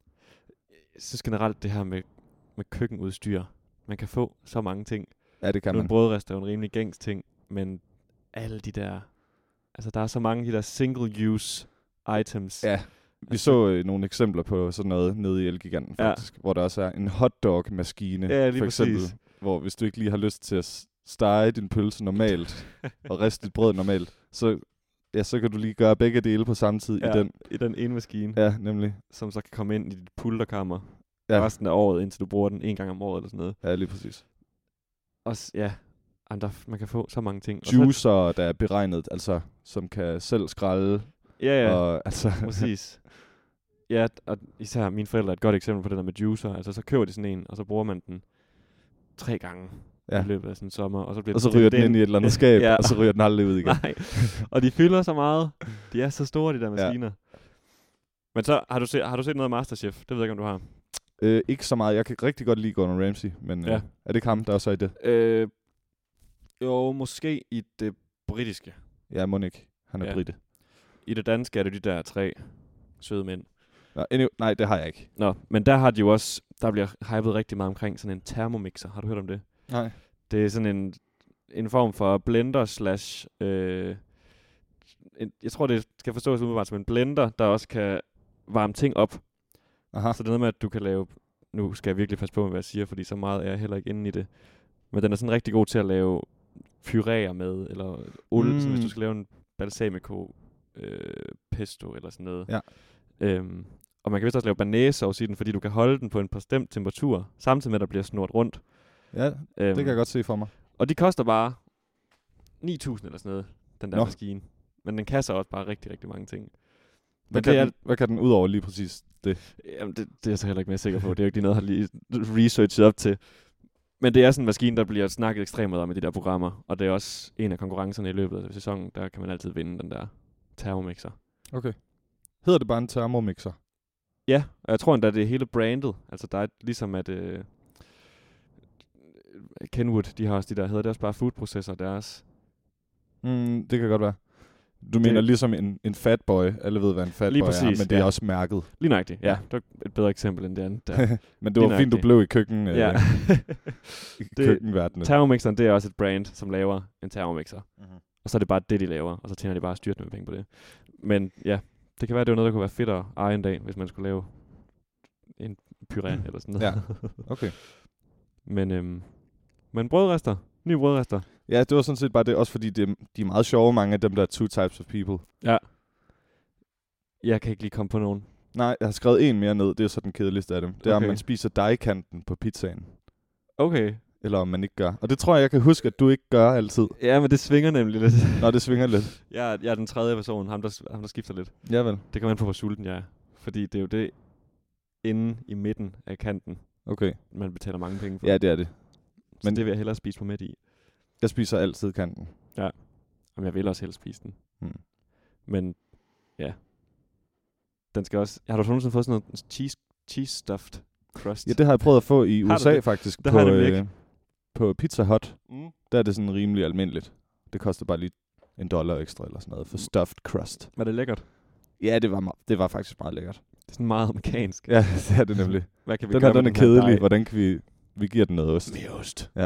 Jeg synes generelt det her med køkkenudstyr. Man kan få så mange ting. Ja, det kan man. En brødrester er jo en rimelig gængs ting, men alle de der... Altså der er så mange af de der single-use items. Ja, vi så nogle eksempler på sådan noget nede i Elgiganten faktisk, hvor der også er en hotdog-maskine, for eksempel, hvor hvis du ikke lige har lyst til at stege din pølse normalt, og riste dit brød normalt, så kan du lige gøre begge dele på samme tid i den ene maskine. Ja, nemlig. Som så kan komme ind i dit pulterkammer resten af året, indtil du bruger den 1 gang om året eller sådan noget. Ja, lige præcis. Og man kan få så mange ting. Juicer, der er beregnet, altså, som kan selv skralde. Ja, og, altså præcis. Ja, og især mine forældre er et godt eksempel på det der med juicer. Altså, så køber de sådan en, og så bruger man den 3 gange i løbet af sådan en sommer. Og så ryger den ind i et eller andet skab, og så ryger den aldrig ud igen. Nej, og de fylder så meget. De er så store, de der maskiner. Ja. Men så, har du set noget af MasterChef? Det ved jeg ikke, om du har. Ikke så meget. Jeg kan rigtig godt lide Gordon Ramsay, men er det ikke ham, der også er i det? Jo, måske i det britiske. Ja, må ikke. Han er brite. I det danske er det de der 3 søde mænd. Nej, det har jeg ikke. Nå, men der har de jo også, der bliver hypet rigtig meget omkring sådan en thermomixer. Har du hørt om det? Nej. Det er sådan en form for blender slash... jeg tror, det skal forstås umiddelbart som en blender, der også kan varme ting op. Aha. Så det er noget med, at du kan lave... Nu skal jeg virkelig passe på med, hvad jeg siger, fordi så meget er jeg heller ikke inde i det. Men den er sådan rigtig god til at lave puréer med, eller olie, så hvis du skal lave en balsamico pesto eller sådan noget. Ja. Og man kan vist også lave banæssauce i den, fordi du kan holde den på en bestemt temperatur, samtidig med, at der bliver snurret rundt. Ja, det kan jeg godt se for mig. Og de koster bare 9.000 eller sådan noget, den der maskine. Men den kan så også bare rigtig, rigtig mange ting. Hvad kan den ud over lige præcis det? Jamen, det er jeg så heller ikke mere sikker på. Det er jo ikke lige noget, jeg har lige researchet op til. Men det er sådan en maskine, der bliver snakket ekstremt meget om i de der programmer. Og det er også en af konkurrencerne i løbet af sæsonen. Der kan man altid vinde den der thermomixer. Okay. Hedder det bare en thermomixer? Ja, og jeg tror endda, det er hele brandet. Altså der er ligesom at... Kenwood, de har også de der, hedder det også bare foodprocessor deres. Det kan godt være. Du mener ligesom en fatboy. Alle ved, hvad en fatboy er, men det er også mærket. Lige nøjagtigt, ja. Det var et bedre eksempel end det andet. Der. Men det var fint, du blev i køkken. I køkkenverdenen. Thermomixeren, det er også et brand, som laver en thermomixer. Og så er det bare det, de laver, og så tjener de bare styrtende med penge på det. Men ja, det kan være, det var noget, der kunne være fedt at eje en dag, hvis man skulle lave en puré eller sådan noget. Ja, okay. Men brødrester, nye brødrester. Ja, det var sådan set bare det, også fordi de er meget sjove, mange af dem der two types of people. Ja. Jeg kan ikke lige komme på nogen. Nej, jeg har skrevet en mere ned, det er så den kedeligste af dem. Det er, om man spiser dejkanten på pizzaen. Okay. eller om man ikke gør. Og det tror jeg kan huske, at du ikke gør altid. Ja, men det svinger nemlig lidt. Nå, det svinger lidt. Jeg er den tredje person, ham der skifter lidt. Ja vel. Det kommer an på, hvor sulten jeg er. Fordi det er jo det inde i midten af kanten, Okay. man betaler mange penge for. Ja, det er det. Men det vil jeg hellere spise på midt i. Jeg spiser altid kanten. Ja. Men jeg vil også hellere spise den. Men ja. Den skal også... Har du nogensinde fået sådan noget cheese-stuffed crust? Ja, det har jeg prøvet at få i USA faktisk. På Pizza Hut. Der er det sådan rimelig almindeligt. Det koster bare lige $1 ekstra eller sådan noget for stuffed crust. Var det lækkert? Ja, det var faktisk meget lækkert. Det er sådan meget amerikansk. Ja, det er det nemlig. Hvad kan vi gøre den er kedelig. Hvordan kan vi giver den noget ost? Mere ost. Ja.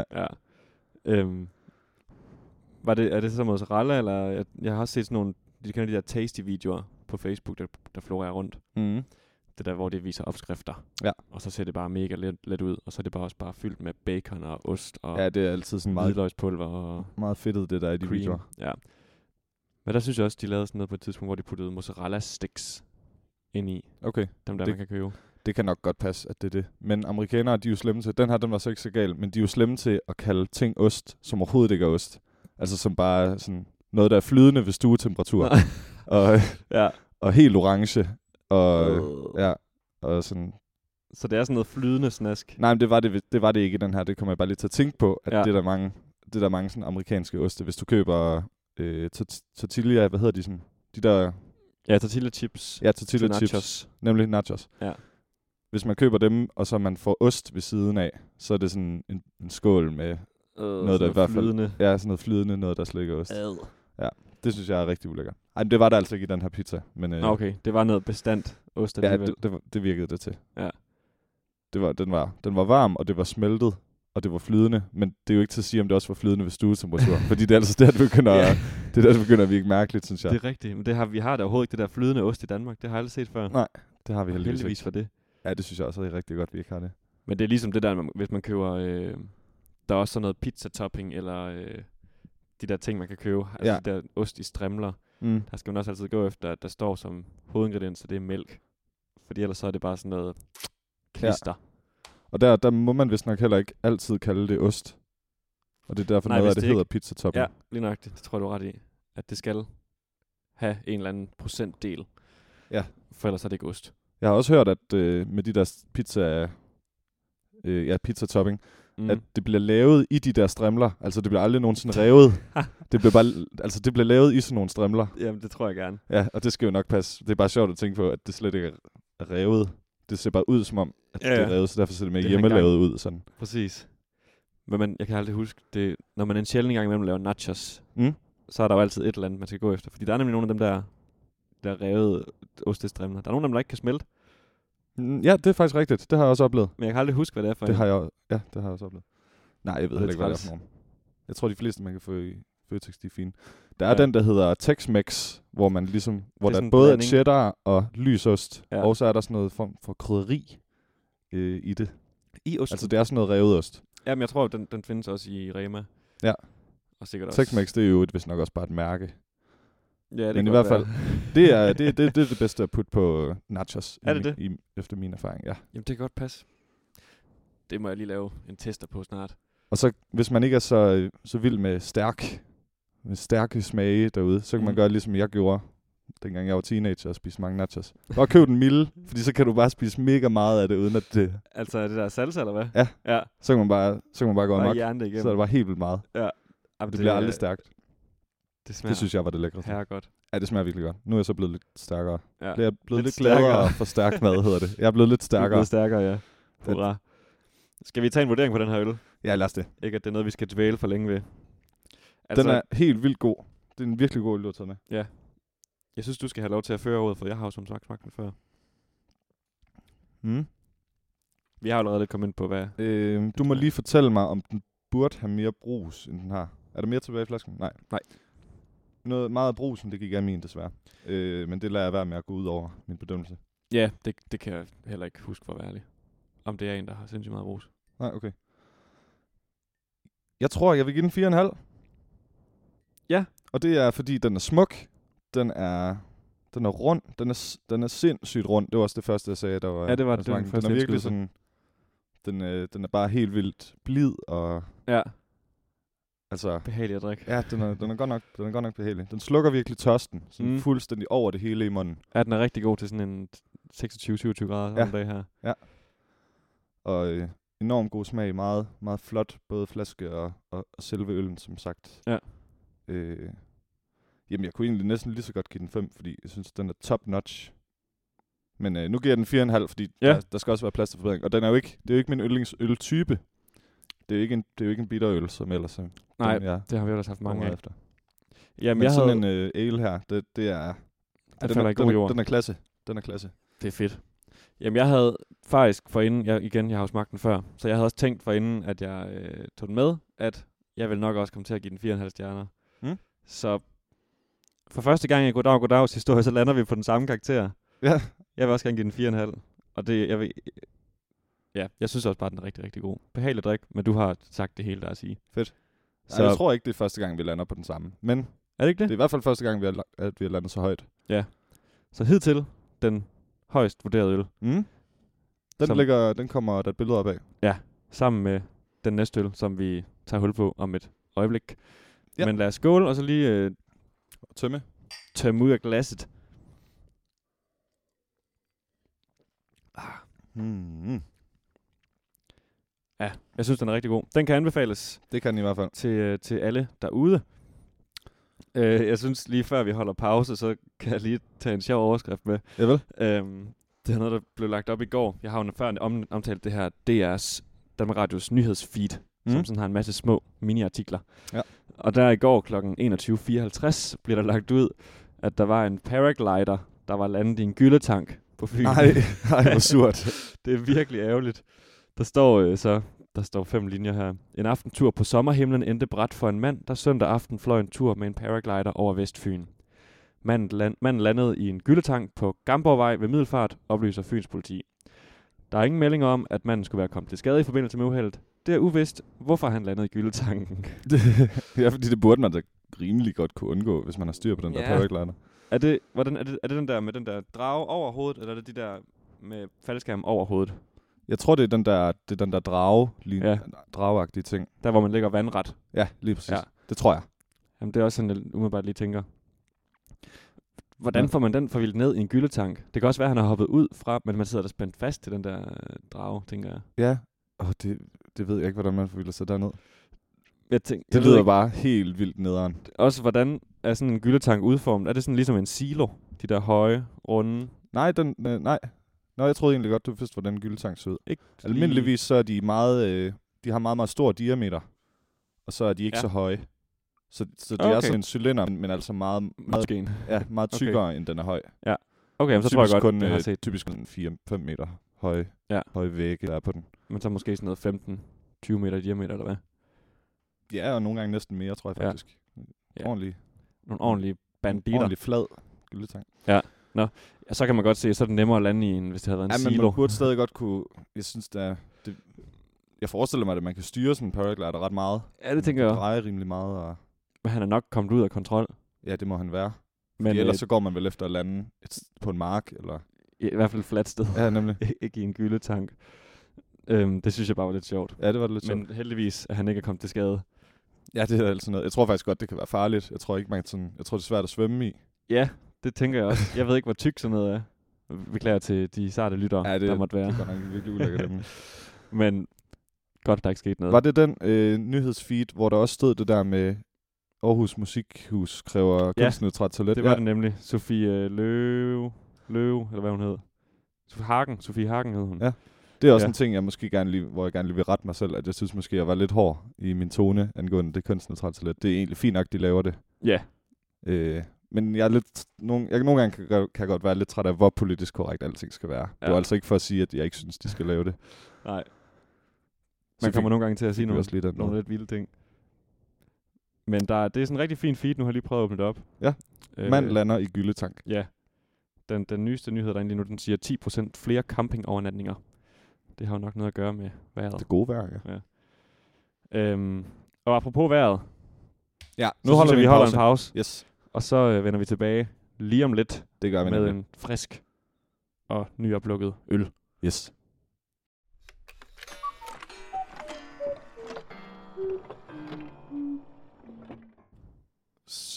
Er det så mozzarella, eller... Jeg har også set sådan nogle... De kender de der tasty-videoer på Facebook, der florerer rundt. Mm. Det der, hvor de viser opskrifter. Ja. Og så ser det bare mega let ud. Og så er det også bare fyldt med bacon og ost og ja, det er altid sådan meget hvidløgspulver og meget fedtet, det der i de videoer. Ja. Men der synes jeg også, de lavede sådan noget på et tidspunkt, hvor de puttede mozzarella sticks ind i. Okay. Dem der, man kan købe. Det kan nok godt passe, at det er det. Men amerikanere, de er jo slemme til... Den var så ikke så gal, men de er jo slemme til at kalde ting ost, som overhovedet ikke er ost. Altså som bare sådan noget, der er flydende ved stuetemperatur. og helt orange. Og sådan... Så det er sådan noget flydende snask? Nej, men det var det ikke i den her. Det kommer jeg bare lige til at tænke på, at det er der mange sådan amerikanske oste. Hvis du køber tortilla, hvad hedder de sådan? De der... Ja, tortilla chips. Ja, tortilla chips. Nachos. Nemlig nachos. Ja. Hvis man køber dem, og så man får ost ved siden af, så er det sådan en skål med noget, der i hvert fald... Flydende. Ja, sådan noget flydende, noget, der slet ikke er ost. Ja, det synes jeg er rigtig ulækkert. Ej, men det var der altså ikke i den her pizza. Men, okay, det var noget bestandt ost alligevel. Ja, det virkede det til. Ja. Den var varm, og det var smeltet, og det var flydende. Men det er jo ikke til at sige, om det også var flydende ved stuetemperatur. fordi det er altså der, det begynder at virke mærkeligt, synes jeg. Det er rigtigt, men vi har da overhovedet ikke det der flydende ost i Danmark. Det har jeg aldrig set før. Nej, det har vi heldigvis for det. Ja, det synes jeg også er rigtig godt, vi ikke har det. Men det er ligesom det der, hvis man køber... der er også sådan noget pizza-topping, eller de der ting, man kan købe. Altså de der ost i strimler. Der skal man også altid gå efter, at der står som hovedingrediens, så det er mælk. Fordi ellers så er det bare sådan noget klister. Ja. Og der må man vist nok heller ikke altid kalde det ost. Og det er derfor noget af det hedder pizza-topping. Ja, lige nok det. Det tror jeg, du er ret i. At det skal have en eller anden procentdel. Ja. For ellers er det ikke ost. Jeg har også hørt, at med de der pizza-topping, at det bliver lavet i de der strimler. Altså, det bliver aldrig nogensinde revet. det bliver lavet i sådan nogle strimler. Jamen, det tror jeg gerne. Ja, og det skal jo nok passe. Det er bare sjovt at tænke på, at det slet ikke er revet. Det ser bare ud som om, at det er revet, så derfor ser det mere hjemmelavet ud. Sådan. Præcis. Men jeg kan aldrig huske, det, når man en sjældent gang imellem laver nachos, så er der jo altid et eller andet, man skal gå efter. Fordi der er nemlig nogle af dem der revede ostestrimler. Der er nogle af dem, der ikke kan smelte. Ja, det er faktisk rigtigt. Det har jeg også oplevet. Men jeg kan aldrig huske, hvad det er for det har jeg også oplevet. Nej, jeg ved heller ikke, hvad det er for nogen. Jeg tror, de fleste, man kan få i Føtex, de er fine. Der er den, der hedder Tex-Mex, hvor man ligesom, hvor der både er cheddar og lysost, og så er der sådan noget form for krydderi i det. I osten? Altså, det er sådan noget revet ost. Jamen, jeg tror, den findes også i Rema. Ja. Og sikkert også. Tex-Mex, det er jo vist nok også bare et mærke. Ja, det men i hvert fald, det er det bedste at putte på nachos. Er det? Efter min erfaring, ja. Jamen, det kan godt passe. Det må jeg lige lave en tester på snart. Og så, hvis man ikke er så vild med stærke smage derude, så kan man gøre ligesom jeg gjorde, dengang jeg var teenager og spiste mange nachos. Bare køb den milde, fordi så kan du bare spise mega meget af det, uden at det... Altså, er det der salsa, eller hvad? Ja. Så kan man bare gå amok. Så er det bare helt vildt meget. Ja. Det bliver aldrig stærkt. Det synes jeg var det lækre. Herregodt. Ja, det smager virkelig godt. Nu er jeg så blevet lidt stærkere. Ja. Jeg er blevet lidt gladere for stærk mad, hedder det. Jeg er blevet lidt stærkere. Du er blevet stærkere, ja. Hurra. Skal vi tage en vurdering på den her øl? Ja, lad os det. Ikke, at det er noget, vi skal dvæle for længe ved. Altså, den er helt vildt god. Det er en virkelig god øl, du har taget med. Ja. Jeg synes, du skal have lov til at føre ordet, for jeg har jo som sagt smagt den før. Vi har allerede lidt kommet ind på, hvad... du må lige fortælle mig, om den burde have mere brus, end den har. Er der mere tilbage i flasken? Nej. Noget meget brus, det gik af min, desværre. Men det lader jeg være med at gå ud over min bedømmelse. Ja, det kan jeg heller ikke huske for at være ærlig. Om det er en, der har sindssygt meget brus. Nej, okay. Jeg tror, jeg vil give den 4,5. Ja. Og det er, fordi den er smuk. Den er rund. Den er sindssygt rund. Det var også det første, jeg sagde. Der var, ja, det var det. Den er virkelig sådan... Den er bare helt vildt blid og... Ja. Altså... Behagelig at drikke. Ja, den er godt nok behagelig. Den slukker virkelig tørsten. Sådan fuldstændig over det hele i munden. Ja, den er rigtig god til sådan en 26-27 grader om dag her. Ja. Og enormt god smag. Meget, meget flot. Både flaske og selve øllen, som sagt. Ja. Jamen, jeg kunne egentlig næsten lige så godt give den 5, fordi jeg synes, den er top notch. Men nu giver jeg den 4,5, fordi der skal også være plads til forbedring. Og den er jo ikke, det er jo ikke min yndlingsøltype. Det er jo ikke en bitterøl, som ellers... Nej, det har vi ellers haft mange af. Efter. Jamen, men sådan en ale her, det er... Den er klasse. Den er klasse. Det er fedt. Jamen, jeg havde faktisk forinden... Jeg har jo smagt den før. Så jeg havde også tænkt forinden, at jeg tog den med, at jeg vil nok også komme til at give den 4,5 stjerner. Så for første gang i Goddags historie, så lander vi på den samme karakter. Ja. Jeg vil også gerne give den 4,5. Og det, jeg synes også bare, den er rigtig, rigtig god. Behagelig drik, men du har sagt det hele, der at sige. Fedt. Så jeg tror ikke, det er første gang, vi lander på den samme. Men er det ikke det? Det er i hvert fald første gang, at vi har landet så højt. Ja. Så hidtil den højst vurderede øl. Den kommer der et billede op af. Ja, sammen med den næste øl, som vi tager hul på om et øjeblik. Ja. Men lad os skåle, og så lige tømme ud af glasset. Ja, jeg synes, den er rigtig god. Den kan anbefales. Det kan den i hvert fald. Til alle derude. Jeg synes, lige før vi holder pause, så kan jeg lige tage en sjov overskrift med. Ja vel? Det er noget, der blev lagt op i går. Jeg har jo før omtalt det her DR's Danmark Radios nyhedsfeed, som sådan har en masse små mini-artikler. Ja. Og der i går kl. 21.54 bliver der lagt ud, at der var en paraglider, der var landet i en gyldetank på Fyn. Nej, hvor surt. Det er virkelig ærgerligt. Der står 5 linjer her. En aftentur på sommerhimlen endte brat for en mand, der søndag aften fløj en tur med en paraglider over Vestfyn. Manden landede i en gyldetank på Gamborgvej ved Middelfart, oplyser Fyns politi. Der er ingen meldinger om, at manden skulle være kommet til skade i forbindelse med uheldet. Det er uvist, hvorfor han landede i gyldetanken. Ja, fordi det burde man da rimelig godt kunne undgå, hvis man har styr på den der paraglider. Er det den der med den der drage over hovedet, eller er det de der med faldskærm over hovedet? Jeg tror, det er den der drageagtige ting. Der, hvor man ligger vandret. Ja, lige præcis. Ja. Det tror jeg. Jamen, det er også sådan, jeg umiddelbart lige tænker. Hvordan får man den forvildet ned i en gyldetank? Det kan også være, at han har hoppet ud fra, men man sidder der spændt fast til den der drage, tænker jeg. Ja, det ved jeg ikke, hvordan man forvilder sig derned. Det lyder bare helt vildt nederen. Også, hvordan er sådan en gyldetank udformet? Er det sådan ligesom en silo? De der høje, runde? Nej. Nå, jeg troede egentlig godt, du vidste, hvordan en gyldetank ser ud. Almindeligvis så er de meget, de har meget, meget stor diameter, og så er de ikke så høje. Så de er sådan en cylinder, men altså meget tykkere, end den er høj. Ja. Okay, så tror jeg godt, kun, jeg har set. Typisk 4-5 meter høje vægge, der er på den. Men så måske sådan noget 15-20 meter diameter, eller hvad? Ja, og nogle gange næsten mere, tror jeg faktisk. Ja. Nogle ordentlige banditter. Ordentlig flad gyldetank. Ja. Nå, så kan man godt se, så er det nemmere at lande i en, hvis det havde været en silo. Men man burde stadig godt kunne... Jeg synes, jeg forestiller mig, at man kan styre sådan en paraglider ret meget. Ja, det tænker jeg. Man drejer rimelig meget. Og men han er nok kommet ud af kontrol. Ja, det må han være. Men ellers så går man vel efter at lande på en mark, eller... I hvert fald et fladt sted. Ja, nemlig. Ikke i en gyldetank. Det synes jeg bare var lidt sjovt. Ja, det var lidt sjovt. Men heldigvis, at han ikke er kommet til skade. Ja, det er altså noget. Jeg tror faktisk godt, det kan være farligt. Jeg tror, det er svært at svømme i. Ja, det tænker jeg også. Jeg ved ikke, hvor tyk sådan noget er. Beklager til de sarte lyttere, der måtte være. Det er godt nok virkelig ulækkert. Men godt, der ikke skete noget. Var det den nyhedsfeed, hvor der også stod det der med Aarhus Musikhus kræver kunstneutralt toilet? Det var det nemlig. Sofie Løve, eller hvad hun hed. Sofie Hagen hed hun. Ja. Det er også en ting, jeg måske gerne lige vil rette mig selv, at jeg synes måske, jeg var lidt hård i min tone angående det kunstneutralt toilet. Det er egentlig fint nok, de laver det. Ja. Men jeg er lidt, nogle gange kan jeg godt være lidt træt af, hvor politisk korrekt alting skal være. Ja. Det er altså ikke for at sige, at jeg ikke synes, de skal lave det. Nej. Man kommer nogle gange til at sige nogle lidt vilde ting. Men det er sådan en rigtig fin feed, nu har jeg lige prøvet at åbne det op. Ja, mand lander i gyldetank. Ja. Den nyeste nyhed, der lige nu, den siger 10% flere campingovernatninger. Det har jo nok noget at gøre med vejret. Det gode vejr, ja. Og apropos vejret. Ja, nu holder en pause. Yes. Og så vender vi tilbage lige om lidt. Det gør vi med en frisk og nyoplukket øl. Yes.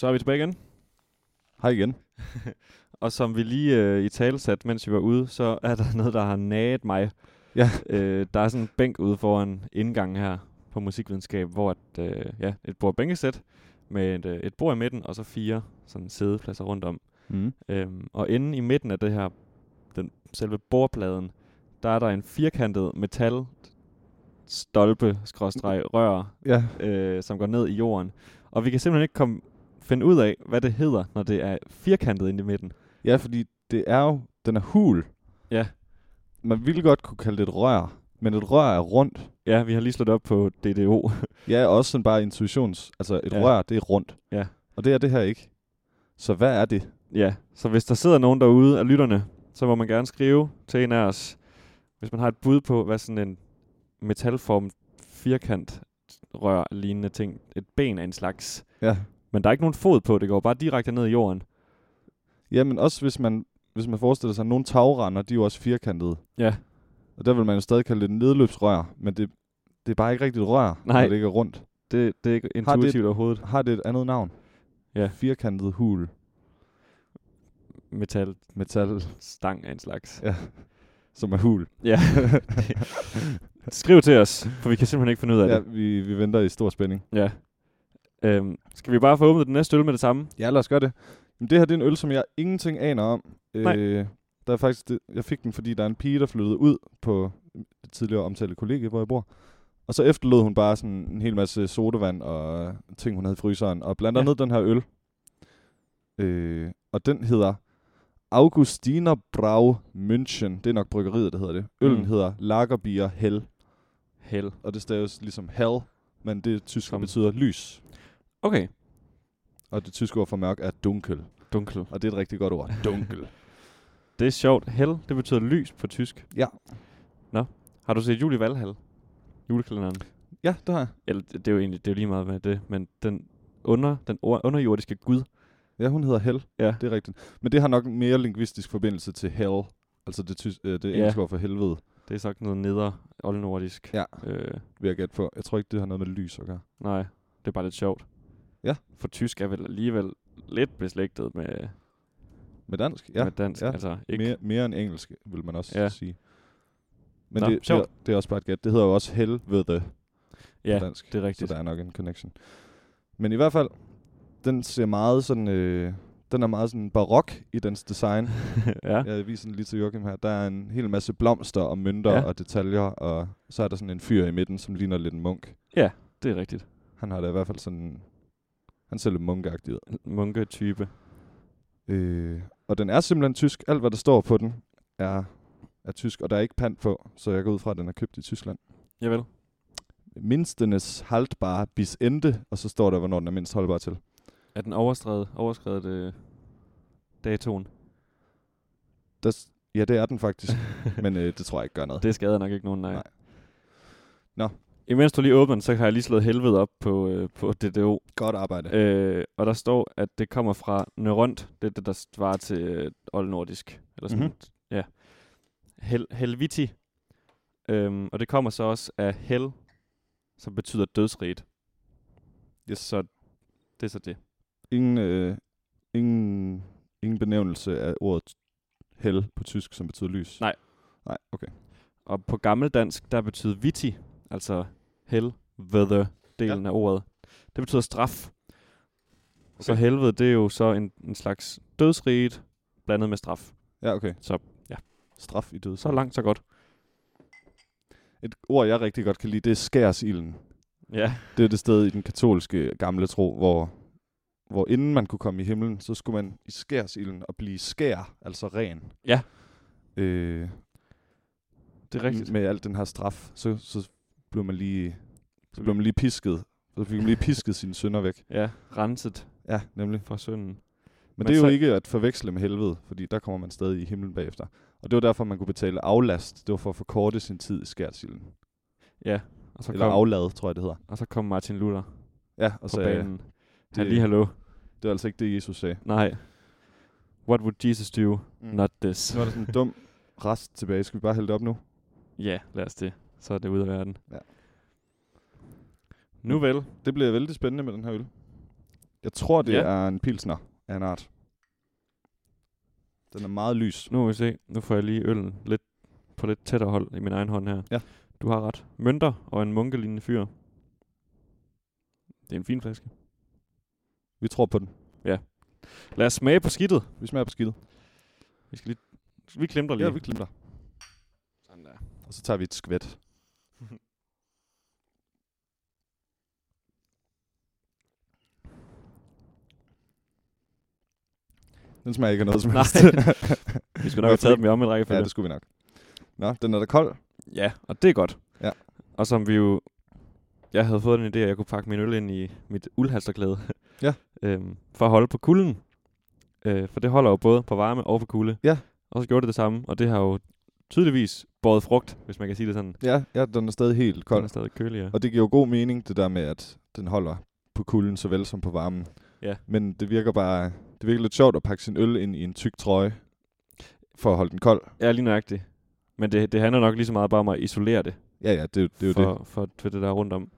Så er vi tilbage igen. Hej igen. Og som vi lige i tale sat, mens vi var ude, så er der noget, der har naget mig. Ja. Der er sådan en bænk ude foran indgangen her på musikvidenskab, hvor et bord-bænkesæt med et bord i midten, og så 4 sådan sædepladser rundt om. Og inde i midten af det her, selve bordpladen, der er der en firkantet metal stolpe-rør, som går ned i jorden. Og vi kan simpelthen ikke finde ud af, hvad det hedder, når det er firkantet inde i midten. Ja, fordi den er hul. Ja. Man ville godt kunne kalde det et rør, men et rør er rundt. Ja, vi har lige slået op på DDO. Ja, også sådan bare intuitions. Altså et rør, det er rundt. Ja. Og det er det her ikke. Så hvad er det? Ja, så hvis der sidder nogen derude af lytterne, så må man gerne skrive til en af os, hvis man har et bud på, hvad sådan en metalformet firkant rør lignende ting. Et ben af en slags. Ja. Men der er ikke nogen fod på, det går bare direkte ned i jorden. Ja, men også hvis man forestiller sig, at nogle tagrender, de er jo også firkantede. Ja. Og der vil man jo stadig kalde det et nedløbsrør, men det er bare ikke rigtigt et rør, når det ikke er rundt. Det er ikke intuitivt overhovedet. Har det et andet navn? Ja. Firkantet hul. Metal. Stang af en slags. Ja. Som er hul. Ja. Skriv til os, for vi kan simpelthen ikke finde ud af det. Ja, vi venter i stor spænding. Ja. Skal vi bare få åbnet den næste øl med det samme? Ja, lad os gøre det. Men det her det er en øl, som jeg ingenting aner om. Der er faktisk jeg fik den, fordi der er en pige, der flyttede ud på det tidligere omtalte kollegie, hvor jeg bor. Og så efterlod hun bare sådan en hel masse sodavand og ting, hun havde i fryseren. Og blandt andet den her øl. Og den hedder Augustiner Brau München. Det er nok bryggeriet, der hedder det. Øllen hedder Lagerbier Hell. Hell. Og det staves ligesom hell, men det tyske betyder lys. Okay. Og det tyske ord for mørk er dunkel. Dunkel. Og det er et rigtig godt ord. Dunkel. Det er sjovt. Hell, det betyder lys på tysk. Ja. Nå. Har du set Jul i Valhall? Julekalenderen? Ja, det har jeg. Eller, det er jo lige meget med det, men den underjordiske gud. Ja, hun hedder Hell. Ja. Det er rigtigt. Men det har nok mere lingvistisk forbindelse til hell. Altså det engelske ord for helvede. Det er sagt noget neder oldnordisk. Ja, vil jeg gætte på. Jeg tror ikke, det har noget med lys at gøre. Nej, det er bare lidt sjovt. Ja. For tysk er vel alligevel lidt beslægtet med dansk. Ja. Med dansk, ja. altså ikke mere end engelsk, vil man også sige. Men Nå, det er også bare et gæt. Det hedder jo også helvede på dansk. Det er rigtigt. Så der er nok en connection. Men i hvert fald, den ser meget sådan, den er meget sådan barok i dens design. Ja. Jeg viser den lige til Joachim her. Der er en hel masse blomster og mønter og detaljer, og så er der sådan en fyr i midten, som ligner lidt en munk. Ja, det er rigtigt. Han har da i hvert fald sådan, han ser lidt munkagtig ud. Munketype. Og den er simpelthen tysk. Alt hvad der står på den er tysk, og der er ikke pant på, så jeg går ud fra, at den er købt i Tyskland. Javel. Mindstenes haltbar bis ende, og så står der, hvornår den er mindst holdbar til. Er den overskredet datoen? Ja, det er den faktisk. Men det tror jeg ikke gør noget. Det skader nok ikke nogen, nej. Nå. Imens du lige åbner den, så har jeg lige slået helvede op på DDO. Godt arbejde. Og der står, at det kommer fra Nøront. Det er det, der svarer til oldnordisk. Eller sådan. Mm-hmm. Ja. Helviti. Og det kommer så også af hell, som betyder dødsriget. Yes. Så det er så det. Ingen benævnelse af ordet hell på tysk, som betyder lys? Nej, okay. Og på gammeldansk, der betyder viti, altså helvede-delen af ordet. Det betyder straf. Okay. Så helvede, det er jo så en slags dødsriget blandet med straf. Ja, okay. Så ja. Straf i dødsriget. Så langt, så godt. Et ord, jeg rigtig godt kan lide, det er skærsilden. Ja. Det er det sted i den katolske gamle tro, hvor inden man kunne komme i himlen, så skulle man i skærsilden og blive skær, altså ren. Ja. Det er rigtigt. Med alt den her straf, så blev man lige pisket. Så fik man lige pisket sine synder væk. Ja, renset. Ja, nemlig. For synden. Men det er jo ikke at forveksle med helvede, fordi der kommer man stadig i himlen bagefter. Og det var derfor, man kunne betale aflast. Det var for at forkorte sin tid i skærsilden. Ja. Og så eller aflad, tror jeg, det hedder. Og så kom Martin Luther. Ja, og så banen. Hallo. Det var altså ikke det, Jesus sagde. Nej. What would Jesus do? Not this. Nu var der sådan en dum rest tilbage. Skal vi bare hælde det op nu? Ja, lad os det. Så er det ude af verden. Ja. Nu vel. Det bliver vældig spændende med den her øl. Jeg tror, det er en pilsner af en art. Den er meget lys. Nu må vi se. Nu får jeg lige øllen lidt på lidt tættere hold i min egen hånd her. Ja. Du har ret. Mønter og en munkelignende fyr. Det er en fin flaske. Vi tror på den. Ja. Lad os smage på skidtet. Vi smager på skidtet. Vi skal lige... Vi klemter lige. Ja, vi klemter. Sådan der. Og så tager vi et skvæt. Den smager ikke af noget som helst. Vi skulle nok have taget dem i omvendt rækkefølge. Ja, det skulle vi nok. Nå, den er da kold. Ja, og det er godt. Ja. Og som vi jo... Jeg havde fået en idé, at jeg kunne pakke min øl ind i mit uldhalsterklæde. Ja. For at holde på kulden. For det holder jo både på varme og på kulde. Ja. Og så gjorde det det samme, og det har jo tydeligvis båret frugt, hvis man kan sige det sådan. Ja, den er stadig helt kold. Den er stadig kølig, ja. Og det giver jo god mening, det der med, at den holder på kulden såvel som på varmen. Ja. Men det virker lidt sjovt at pakke sin øl ind i en tyk trøje, for at holde den kold. Ja, lige nøjagtigt. Men det handler nok lige så meget bare om at isolere det. Ja, det er jo det. For det der rundt om.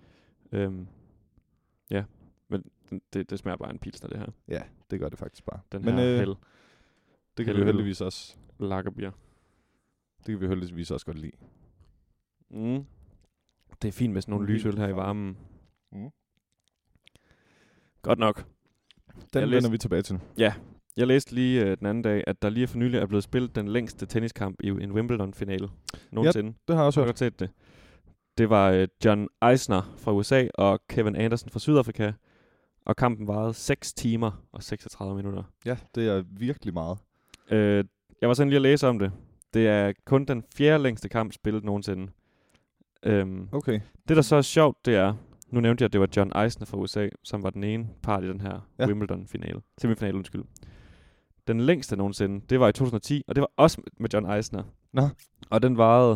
Ja, men det smager bare en pilsner, det her. Ja, det gør det faktisk bare. Den men her det kan vi heldigvis også. Lagerbier. Det kan vi heldigvis også godt lide. Mm. Det er fint med sådan nogle lysøl her i varmen. Mm. Godt nok. Den vender vi tilbage til. Ja, jeg læste lige den anden dag, at der lige for nylig er blevet spillet den længste tenniskamp i en Wimbledon-finale nogensinde. Ja, det har jeg også hørt. Set det. Det var John Isner fra USA og Kevin Anderson fra Sydafrika. Og kampen varede 6 timer og 36 minutter. Ja, det er virkelig meget. Jeg var sådan lige at læse om det. Det er kun den 4. længste kamp spillet nogensinde. Okay. Det, der så er sjovt, det er... Nu nævnte jeg, at det var John Isner fra USA, som var den ene part i den her Wimbledon-finale. Semifinale, undskyld. Den længste nogensinde, det var i 2010, og det var også med John Isner. Nå. Og den varede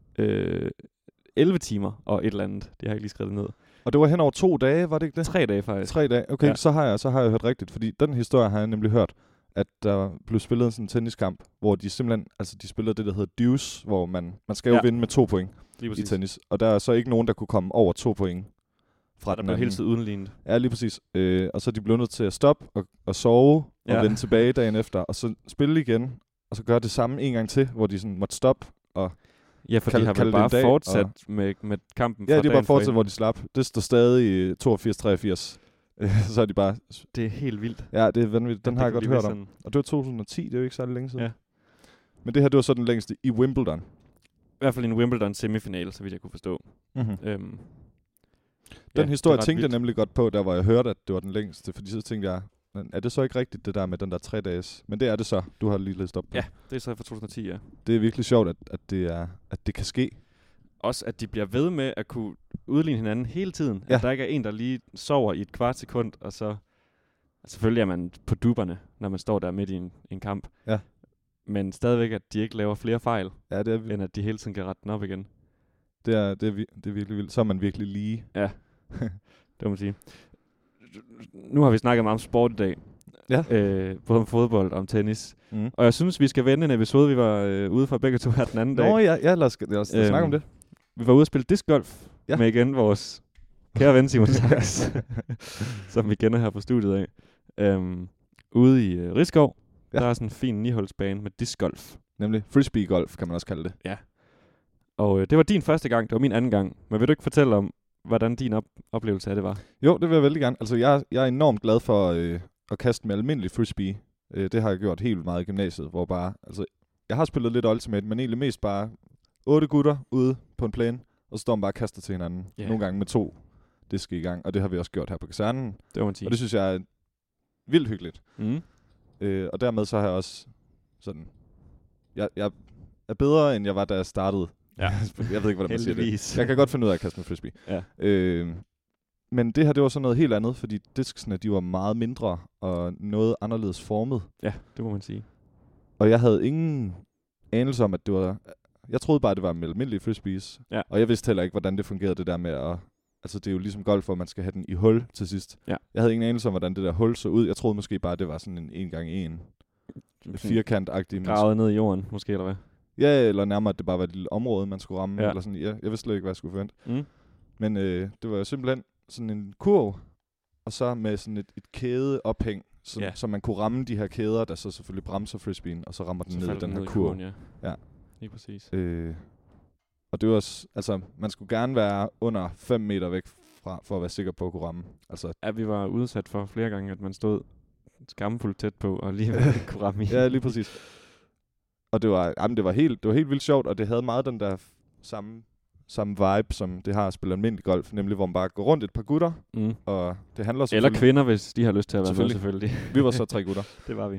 11 timer og et eller andet. Det har jeg ikke lige skrevet ned. Og det var hen over 2 dage, var det ikke det? 3 dage faktisk. 3 dage, okay, ja. Så har jeg hørt rigtigt, fordi den historie har jeg nemlig hørt, at der blev spillet sådan en tenniskamp, hvor de simpelthen, altså de spillede det, der hedder deuce, hvor man skal jo vinde med 2 point i tennis. Og der er så ikke nogen, der kunne komme over 2 point. Fra der blev hele tiden udenlignet. Ja, lige præcis. Og så er de blevet nødt til at stoppe og sove og vende tilbage dagen efter, og så spille igen, og så gøre det samme en gang til, hvor de sådan måtte stoppe og for de har vel bare fortsat med kampen fra dagen. Ja, de har bare fortsat, hvor de slap. Det står stadig 82-83. Så er de bare... Det er helt vildt. Ja, det er vanvittigt. Den har jeg godt hørt om. Og det var 2010, det er jo ikke særlig længe siden. Ja. Men det her, det var så den længste i Wimbledon. I hvert fald en Wimbledon semifinale, så vidt jeg kunne forstå. Mm-hmm. Den historie tænkte jeg nemlig godt på, der hvor jeg hørte, at det var den længste, fordi så tænkte jeg, er det så ikke rigtigt, det der med den der 3 dages? Men det er det så. Du har lige læst op på. Ja, det er så fra 2010, ja. Det er virkelig sjovt, at det kan ske. Også at de bliver ved med at kunne udligne hinanden hele tiden. Ja. At der ikke er en, der lige sover i et kvart sekund, og så... Selvfølgelig er man på dupperne, når man står der midt i en kamp. Ja. Men stadigvæk, at de ikke laver flere fejl, ja, det er end at de hele tiden kan rette den op igen. Det er virkelig vildt. Så er man virkelig lige. Ja, det må man sige. Nu har vi snakket meget om sport i dag. Ja. Både om fodbold og om tennis. Mm. Og jeg synes, vi skal vende en episode, vi var ude for begge to her den anden dag. Nå ja, lad os snakke om det. Vi var ude at spille discgolf med igen vores kære ven Simon Sachs, som vi kender her på studiet af. Ude i Rigskov, der er sådan en fin 9-hulsbane med discgolf. Nemlig frisbee-golf, kan man også kalde det. Ja. Og det var din første gang, det var min anden gang. Men vil du ikke fortælle om, hvordan din oplevelse af det var? Jo, det vil jeg vældig gerne. Altså, jeg er enormt glad for at kaste med almindelig frisbee. Det har jeg gjort helt meget i gymnasiet, hvor bare... Altså, jeg har spillet lidt ultimate, men egentlig mest bare 8 gutter ude på en plæne, og så står man bare og kaster til hinanden. Yeah. Nogle gange med 2 diske i gang, og det har vi også gjort her på kasernen. Det må man sige. Og det synes jeg er vildt hyggeligt. Mm. Og dermed så har jeg også sådan... Jeg er bedre, end jeg var, da jeg startede. Ja. Jeg ved ikke, hvordan man siger det. Jeg kan godt finde ud af at kaste med frisbee. Ja. Men det her, det var så noget helt andet, fordi diskene, de var meget mindre og noget anderledes formet. Ja, det må man sige. Og jeg havde ingen anelse om, at det var... Jeg troede bare, det var med almindelige frisbees. Ja. Og jeg vidste heller ikke, hvordan det fungerede, det der med at... Altså, det er jo ligesom golf, hvor man skal have den i hul til sidst. Ja. Jeg havde ingen anelse om, hvordan det der hul så ud. Jeg troede måske bare, det var sådan en 1x1 firkant-agtig. Gravet ned i jorden, måske, eller hvad? Ja, eller nærmere, at det bare var et lille område, man skulle ramme. Ja. Eller sådan. Ja, jeg vidste slet ikke, hvad jeg skulle forvente. Mm. Men det var jo simpelthen sådan en kurv, og så med sådan et kædeophæng, så man kunne ramme de her kæder, der så selvfølgelig bremser frisbeen, og så rammer den ned i den her kurv. Ja, lige præcis. Og det var også, altså, man skulle gerne være under 5 meter væk fra, for at være sikker på at kunne ramme. Altså, ja, vi var udsat for flere gange, at man stod skamfuldt tæt på, og lige kunne ramme i. Ja, lige præcis. Og det var helt vildt sjovt, og det havde meget den der samme vibe, som det har at spille almindelig golf, nemlig hvor man bare går rundt et par gutter, og det handler selvfølgelig... Eller kvinder, hvis de har lyst til at være med, selvfølgelig. Vi var så 3 gutter. Det var vi.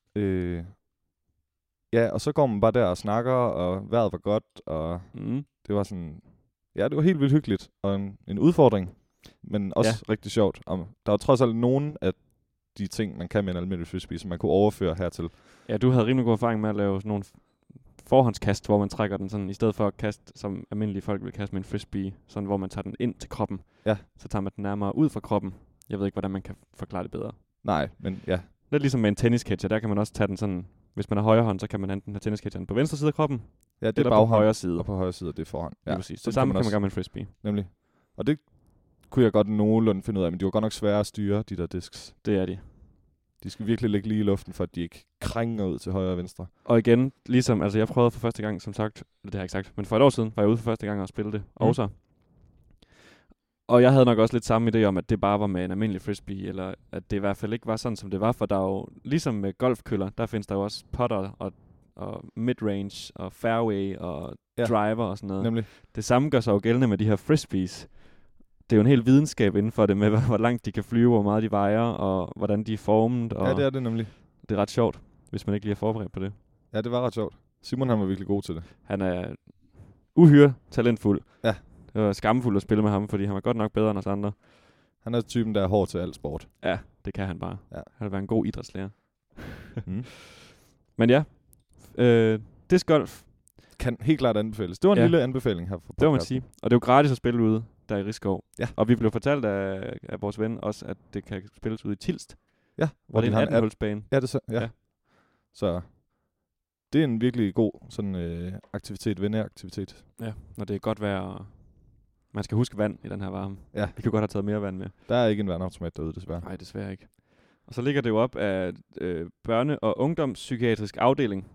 Ja, og så går man bare der og snakker, og vejret var godt, og det var sådan... Ja, det var helt vildt hyggeligt, og en udfordring, men også rigtig sjovt. Og der var trods alt nogen af de ting, man kan med en almindelig frisbee, som man kunne overføre hertil. Ja, du havde rimelig god erfaring med at lave sådan nogle forhåndskast, hvor man trækker den sådan, i stedet for at kaste, som almindelige folk vil kaste med en frisbee, sådan hvor man tager den ind til kroppen. Ja. Så tager man den nærmere ud fra kroppen. Jeg ved ikke, hvordan man kan forklare det bedre. Nej, men ja. Lidt ligesom med en tennisketcher, der kan man også tage den sådan, hvis man har højre hånd, så kan man enten have tennisketcheren på venstre side af kroppen, ja, det eller er på højre side. Og på højre side, det er forhånd. Ja, præcis. Det samme kan man gøre med en frisbee. Nemlig. Og det kunne jeg godt nogenlunde finde ud af, men de var godt nok svære at styre, de der disks. Det er de. De skal virkelig ligge lige i luften, for at de ikke krænger ud til højre og venstre. Og igen, ligesom, altså jeg prøvede for første gang, som sagt, det har jeg ikke sagt, men for et år siden var jeg ude for første gang og spille det også. Og jeg havde nok også lidt samme idé om, at det bare var med en almindelig frisbee, eller at det i hvert fald ikke var sådan, som det var, for der er jo, ligesom med golfkøller, der findes der jo også putter og midrange og fairway og driver og sådan noget. Nemlig. Det samme gør sig jo gældende med de her frisbees. Det er jo en hel videnskab inden for det med, hvor langt de kan flyve, hvor meget de vejer, og hvordan de er formet. Og ja, det er det nemlig. Det er ret sjovt, hvis man ikke lige er forberedt på det. Ja, det var ret sjovt. Simon, han var virkelig god til det. Han er uhyre talentfuld. Ja. Det var skamfuldt at spille med ham, fordi han var godt nok bedre end os andre. Han er typen, der er hård til alt sport. Ja, det kan han bare. Ja. Han vil være en god idrætslærer. Men ja, discgolf kan helt klart anbefales. Det var en lille anbefaling her for podcast. Det må man sige. Og det er jo gratis at spille ude der i Rigskov. Ja. Og vi blev fortalt af vores ven også, at det kan spilles ude i Tilst. Ja. Hvor det er en 18-hulsbane. Ja, det så. Ja. Så det er en virkelig god sådan aktivitet, venneaktivitet. Ja, når det er godt vejr, og man skal huske vand i den her varme. Ja. Vi kunne godt have taget mere vand med. Der er ikke en vandautomat derude, desværre. Nej, desværre ikke. Og så ligger det jo op af børne- og ungdomspsykiatrisk afdeling.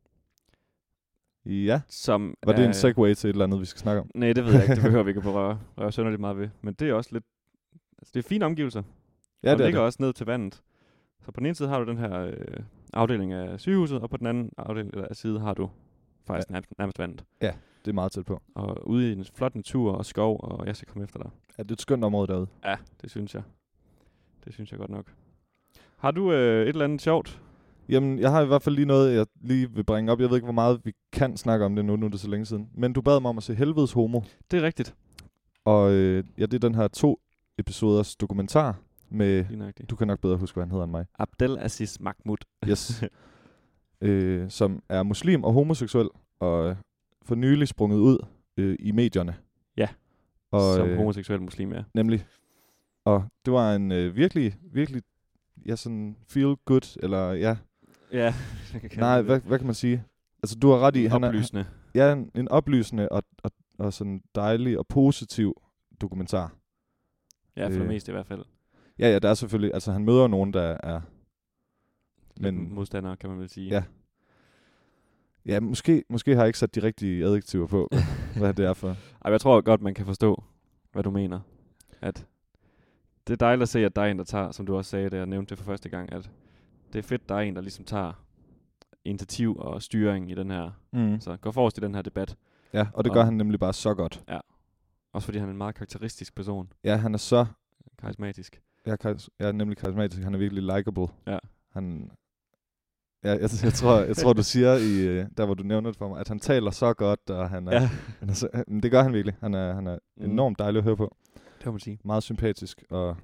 Ja. Som var det en segue til et eller andet, vi skal snakke om? Nej, det ved jeg ikke. Det behøver vi ikke at røre sønderligt meget ved. Men det er også lidt... Altså, det er fine omgivelser. Ja, og det ligger også ned til vandet. Så på den ene side har du den her afdeling af sygehuset, og på den anden afdeling af side har du faktisk nærmest vandet. Ja, det er meget tæt på. Og ude i en flot natur og skov, og jeg skal komme efter dig. Ja, det er et skønt område derude. Ja, det synes jeg. Det synes jeg godt nok. Har du et eller andet sjovt? Jamen, jeg har i hvert fald lige noget, jeg lige vil bringe op. Jeg ved ikke, hvor meget vi kan snakke om det nu er det så længe siden. Men du bad mig om at se Helvedes Homo. Det er rigtigt. Og det er den her 2 episoders dokumentar med... Du kan nok bedre huske, hvad han hedder end mig. Abdelaziz Mahmoud. Yes. Som er muslim og homoseksuel, og for nylig sprunget ud i medierne. Ja, og, som homoseksuel muslim, ja. Nemlig. Og det var en virkelig, virkelig... Ja, sådan feel good, eller ja. Ja. Nej, hvad kan man sige? Altså, du har ret i... Oplysende. En oplysende og sådan dejlig og positiv dokumentar. Ja, for det meste i hvert fald. Ja, der er selvfølgelig... Altså, han møder nogen, der er... Men modstandere, kan man vel sige. Ja. Ja, måske har jeg ikke sat de rigtige adjektiver på, hvad det er for. Ej, jeg tror godt, man kan forstå, hvad du mener. At det er dejligt at se, at der er en, der tager, som du også sagde, da jeg nævnte det for første gang, at det er fedt, der er en, der ligesom tager initiativ og styring i den her. Så går forrest i den her debat. Ja, og det gør han nemlig bare så godt. Ja. Også fordi han er en meget karakteristisk person. Ja, han er så... Karismatisk. Ja, er nemlig karismatisk. Han er virkelig likable. Ja. Ja, jeg tror, du siger, der hvor du nævner det for mig, at han taler så godt, og han er... Ja. Det gør han virkelig. Han er enormt dejlig at høre på. Det må man sige. Meget sympatisk, og...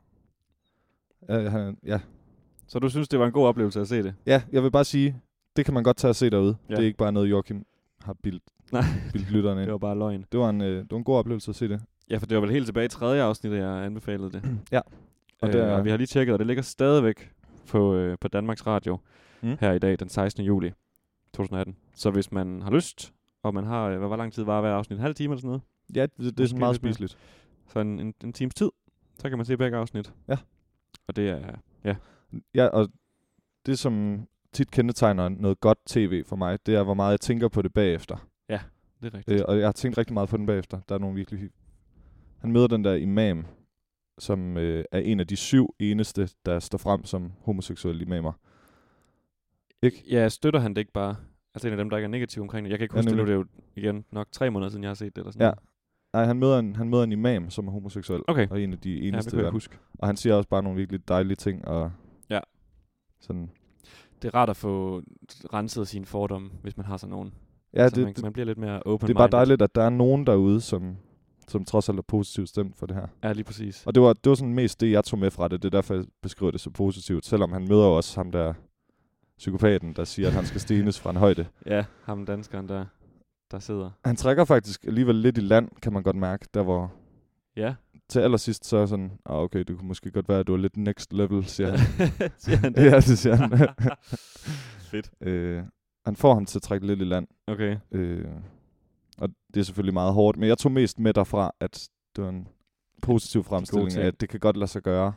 Ja. Så du synes, det var en god oplevelse at se det? Ja, jeg vil bare sige, det kan man godt tage og se derude. Ja. Det er ikke bare noget, Joachim har bildt lytterne ind. Det var bare løgn. Det var en god oplevelse at se det. Ja, for det var vel helt tilbage i 3. afsnit, jeg anbefalede det. Ja. Og vi har lige tjekket, og det ligger stadigvæk på Danmarks Radio her i dag, den 16. juli 2018. Så hvis man har lyst, og man har, hvor lang tid var hver afsnit? En halv time eller sådan noget? Ja, det er sådan meget spiseligt. Så en times tid, så kan man se begge afsnit. Ja. Og det er, Ja, og det som tit kendetegner noget godt tv for mig, det er, hvor meget jeg tænker på det bagefter. det er rigtigt. Og jeg har tænkt rigtig meget på den bagefter. Der er nogle virkelig... Han møder den der imam, som er en af de 7 eneste, der står frem som homoseksuelle imamer. Ikke? Ja, støtter han det ikke bare? Altså en af dem, der ikke er negativ omkring det. Jeg kan ikke huske det nu, det er jo igen nok 3 måneder siden, jeg har set det. Eller sådan Ja. Nej, han møder en imam, som er homoseksuel. Okay. Og en af de eneste. Ja, det kan jeg huske. Og han siger også bare nogle virkelig dejlige ting. Og sådan. Det er rart at få renset sine fordomme, hvis man har sådan nogen. Ja, så man bliver lidt mere open-minded. det er bare dejligt, at der er nogen derude, som trods alt er positivt stemt for det her. Ja, lige præcis. Og det var sådan mest det, jeg tog med fra det. Det er derfor, jeg beskriver det så positivt. Selvom han møder også ham der psykopaten, der siger, at han skal stenes fra en højde. Ja, ham danskeren, der sidder. Han trækker faktisk alligevel lidt i land, kan man godt mærke. Der hvor Ja. til allersidst så er sådan, okay, det kunne måske godt være, at du er lidt next level, siger han. Siger han det? Ja, det siger han. Fedt. Han får ham til at trække lidt i land. Okay. Og det er selvfølgelig meget hårdt. Men jeg tog mest med derfra, at det var en positiv fremstilling af, at det kan godt lade sig gøre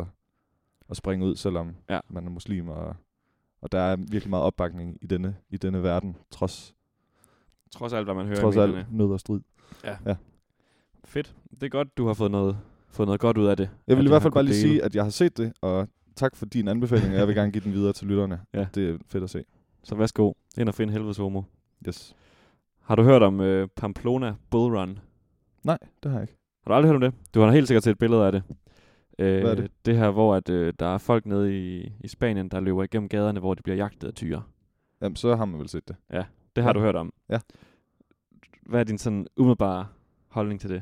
at springe ud, selvom man er muslim. Og der er virkelig meget opbakning i denne verden, trods alt, hvad man hører trods i medierne. alt nød og strid. Ja. Fedt. Det er godt, du har fået noget godt ud af det. Jeg vil i hvert fald bare lige sige, at jeg har set det, og tak for din anbefaling, og jeg vil gerne give den videre til lytterne. Ja. Det er fedt at se. Så værsgo. Ind og finde helvedes homo. Yes. Har du hørt om Pamplona Bull Run? Nej, det har jeg ikke. Har du aldrig hørt om det? Du har helt sikkert set et billede af det. Hvad er det? Det her, hvor der er folk nede i Spanien, der løber igennem gaderne, hvor de bliver jagtet af tyre. Jamen, så har man vel set det. Ja, det har du hørt om. Ja. Hvad er din sådan umiddelbare holdning til det?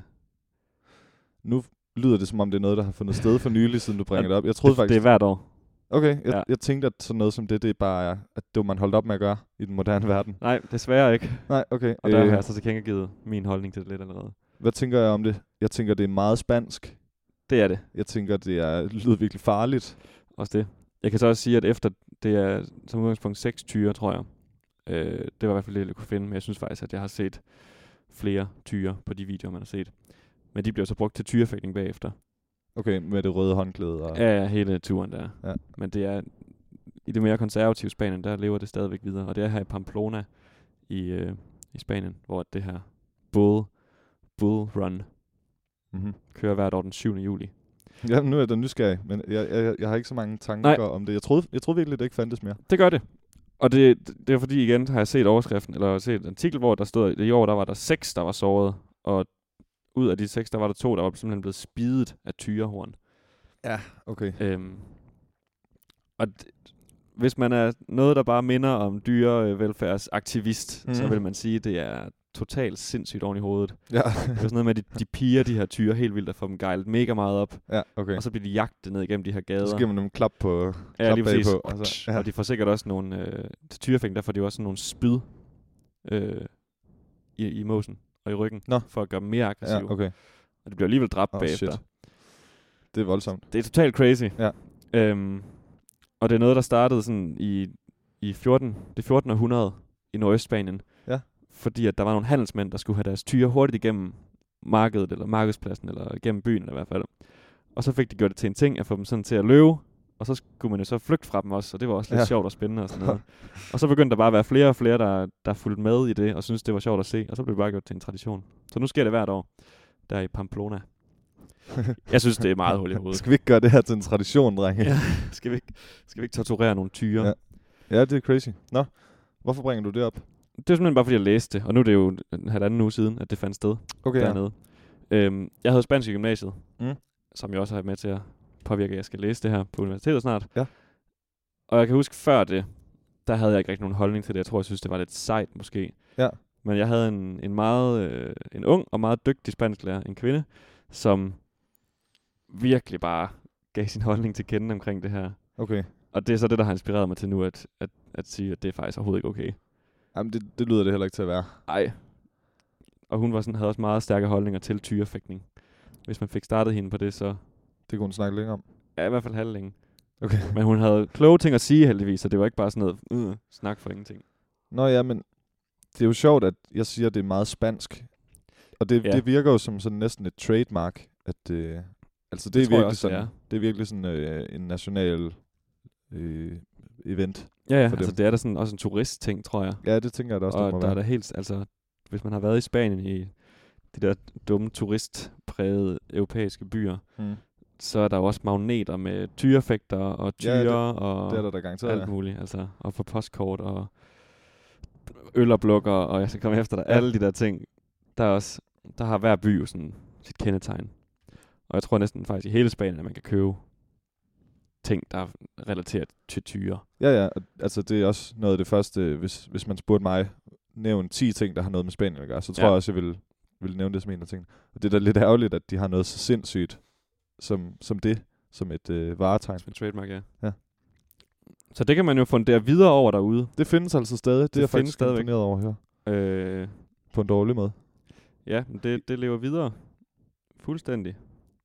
Nu lyder det, som om det er noget, der har fundet sted for nylig, siden du bringer det op. Jeg troede faktisk... Det er hvert år. Okay, jeg tænkte, at sådan noget som det er bare, at det var man holdt op med at gøre i den moderne verden. Nej, desværre ikke. Nej, okay. Og der har jeg så tilkendegivet min holdning til det lidt allerede. Hvad tænker jeg om det? Jeg tænker, det er meget spansk. Det er det. Jeg tænker, lyder virkelig farligt. Også det. Jeg kan så også sige, at efter det er som udgangspunkt 6 tyre, tror jeg. Det var i hvert fald det, jeg kunne finde. Men jeg synes faktisk, at jeg har set flere tyre på de videoer, man har set. Men de bliver så brugt til tyrefægtning bagefter. Okay, med det røde håndklæde. Og... Ja, hele turen der. Ja. Men det er i det mere konservative Spanien, der lever det stadigvæk videre. Og det er her i Pamplona i Spanien, hvor det her Bull Run kører hvert år den 7. juli. Ja, nu er jeg da nysgerrig, men jeg har ikke så mange tanker om det. Jeg troede virkelig, det ikke fandtes mere. Det gør det. Og det er fordi, igen, har jeg set overskriften, eller set en artikel, hvor der stod, at i år, der var der 6, der var såret, og ud af de 6, der var der 2, der var simpelthen blevet spidet af tyrehorn. Ja, okay. Og hvis man er noget, der bare minder om dyrevelfærdsaktivist, så vil man sige, at det er totalt sindssygt oven i hovedet. Ja. Det er sådan noget med, at de piger de her tyre helt vildt at få dem gejlet mega meget op. Ja, okay. Og så bliver de jagtet ned igennem de her gader. Så giver man dem klap på lige præcis. Bagpå. Og de får sikkert også nogle... til tyrefægtning, der får de også sådan nogle spyd i måsen og i ryggen, for at gøre dem mere aggressive. Ja, okay. Og de bliver alligevel dræbt bagefter. Shit. Det er voldsomt. Det er totalt crazy. Ja. Og det er noget, der startede sådan i 14. Det 14. århundrede i Nordøstspanien. Ja. Fordi at der var nogle handelsmænd, der skulle have deres tyre hurtigt igennem markedet, eller markedspladsen, eller igennem byen i hvert fald. Og så fik de gjort det til en ting at få dem sådan til at løbe, og så skulle man jo så flygte fra dem også, og det var også lidt sjovt og spændende og sådan noget. Og så begyndte der bare at være flere og flere, der fulgte med i det, og syntes, det var sjovt at se, og så blev det bare gjort til en tradition. Så nu sker det hvert år, der i Pamplona. Jeg synes, det er meget hul i hovedet. Skal vi ikke gøre det her til en tradition, drenge? Ja, skal vi ikke torturere nogle tyre? Ja, det er crazy. Nå, hvorfor bringer du det op? Det er simpelthen bare, fordi jeg læste det, og nu er det jo en halvanden uge siden, at det fandt sted dernede. Jeg havde spansk i gymnasiet, som jeg også har med til at påvirke, at jeg skal læse det her på universitetet snart. Ja. Og jeg kan huske, før det, der havde jeg ikke rigtig nogen holdning til det. Jeg tror, jeg synes, det var lidt sejt måske. Ja. Men jeg havde en ung og meget dygtig spansklærer, en kvinde, som virkelig bare gav sin holdning til kende omkring det her. Okay. Og det er så det, der har inspireret mig til nu, at sige, at det er faktisk overhovedet ikke okay. Jamen, det lyder det heller ikke til at være. Nej. Og hun havde også meget stærke holdninger til tyrefægtning. Hvis man fik startet hende på det, så... Det kunne hun snakke længere om? Ja, i hvert fald halvlænge. Okay. Men hun havde kloge ting at sige heldigvis, så det var ikke bare sådan noget snak for ingenting. Nå ja, men det er jo sjovt, at jeg siger, at det er meget spansk. Og det virker jo som sådan næsten et trademark, Altså Det det tror jeg er virkelig også, det sådan, er. det er virkelig sådan en national event. Ja, for altså dem. det er da sådan også en turistting, tror jeg. Ja, det tænker jeg da også, Og det må der er være. der helt, altså hvis man har været i Spanien i de der dumme turistprægede europæiske byer, så er der jo også magneter med tyrefægter og tyre og Det er der da garanteret. alt muligt, altså og for postkort og øloplukker, og jeg skal komme efter dig. Alle de der ting, der har hver by jo sådan sit kendetegn. Og jeg tror næsten faktisk i hele Spanien, at man kan købe ting, der er relateret til tyre. Ja, altså det er også noget af det første, hvis man spurgte mig, nævn 10 ting, der har noget med Spanien at gøre, så tror jeg også, jeg vil nævne det som en af tingene. Og det er da lidt ærgerligt, at de har noget så sindssygt som det, som et varetegn. Som en trademark, ja. Ja. Så det kan man jo fundere videre over derude. Det findes altså stadig. Det er jeg faktisk stadigvæk imponeret over her. På en dårlig måde. Ja, men det lever videre. Fuldstændig.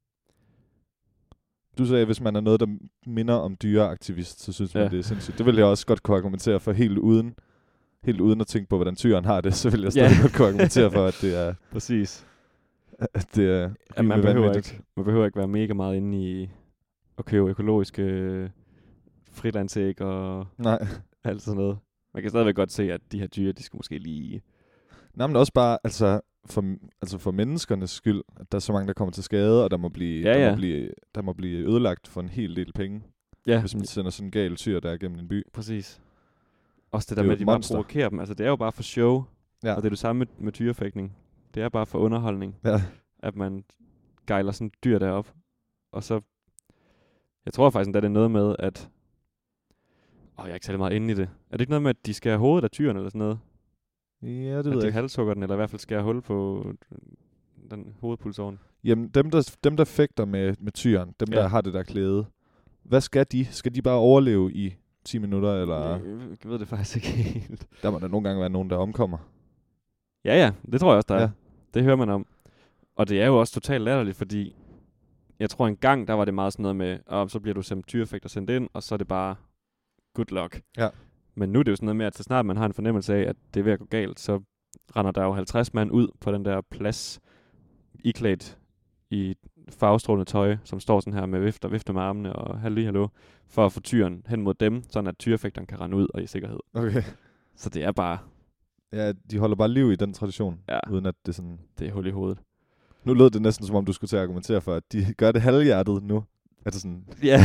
Du sagde, at hvis man er noget, der minder om dyreaktivist, så synes man, det er sindssygt. Det vil jeg også godt kunne argumentere for helt uden at tænke på, hvordan tyren har det, så vil jeg stadig godt kunne argumentere for, at det er... Præcis. At det er... At man behøver ikke være mega meget inde i at købe økologiske frilandsæg og alt sådan noget. Man kan stadigvæk godt se, at de her dyr, de skal måske lige... Nej, men også bare, for menneskernes skyld, at der er så mange, der kommer til skade, og der må blive ødelagt for en hel del penge. Ja. Hvis man sender sådan en gal tyr, der er gennem en by. Præcis. Også det der med, at de bare provokerer dem. Altså, det er jo bare for show. Ja. Og det er det samme med tyrefægtning. Det er bare for underholdning. Ja. At man gejler sådan et dyr derop. Og så... Jeg tror faktisk, at det er noget med, at... jeg er ikke særlig meget inde i det. Er det ikke noget med, at de skal have hovedet af tyren eller sådan noget? Ja, det ved jeg ikke. At de halshugger den, eller i hvert fald skærer hul på den hovedpulsåren. Jamen, dem der fægter med tyren, dem der har det der klæde, hvad skal de? Skal de bare overleve i 10 minutter, eller? Jeg ved det faktisk ikke helt. Der må der nogle gange være nogen, der omkommer. Ja, det tror jeg også, der er. Det hører man om. Og det er jo også totalt latterligt, fordi jeg tror engang, der var det meget sådan noget med, så bliver du som tyrefægter sendt ind, og så er det bare good luck. Ja. Men nu er det jo sådan noget med, at så snart man har en fornemmelse af, at det er ved at gå galt, så render der jo 50 mand ud på den der plads, iklædt i farvestrålende tøj, som står sådan her med vifter med armene og hallo, for at få tyren hen mod dem, sådan at tyrefægteren kan rende ud og i sikkerhed. Okay. Så det er bare... Ja, de holder bare liv i den tradition, uden at det sådan... Det er hul i hovedet. Nu lød det næsten, som om du skulle til at argumentere for, at de gør det halvhjertet nu. Er det sådan... Ja.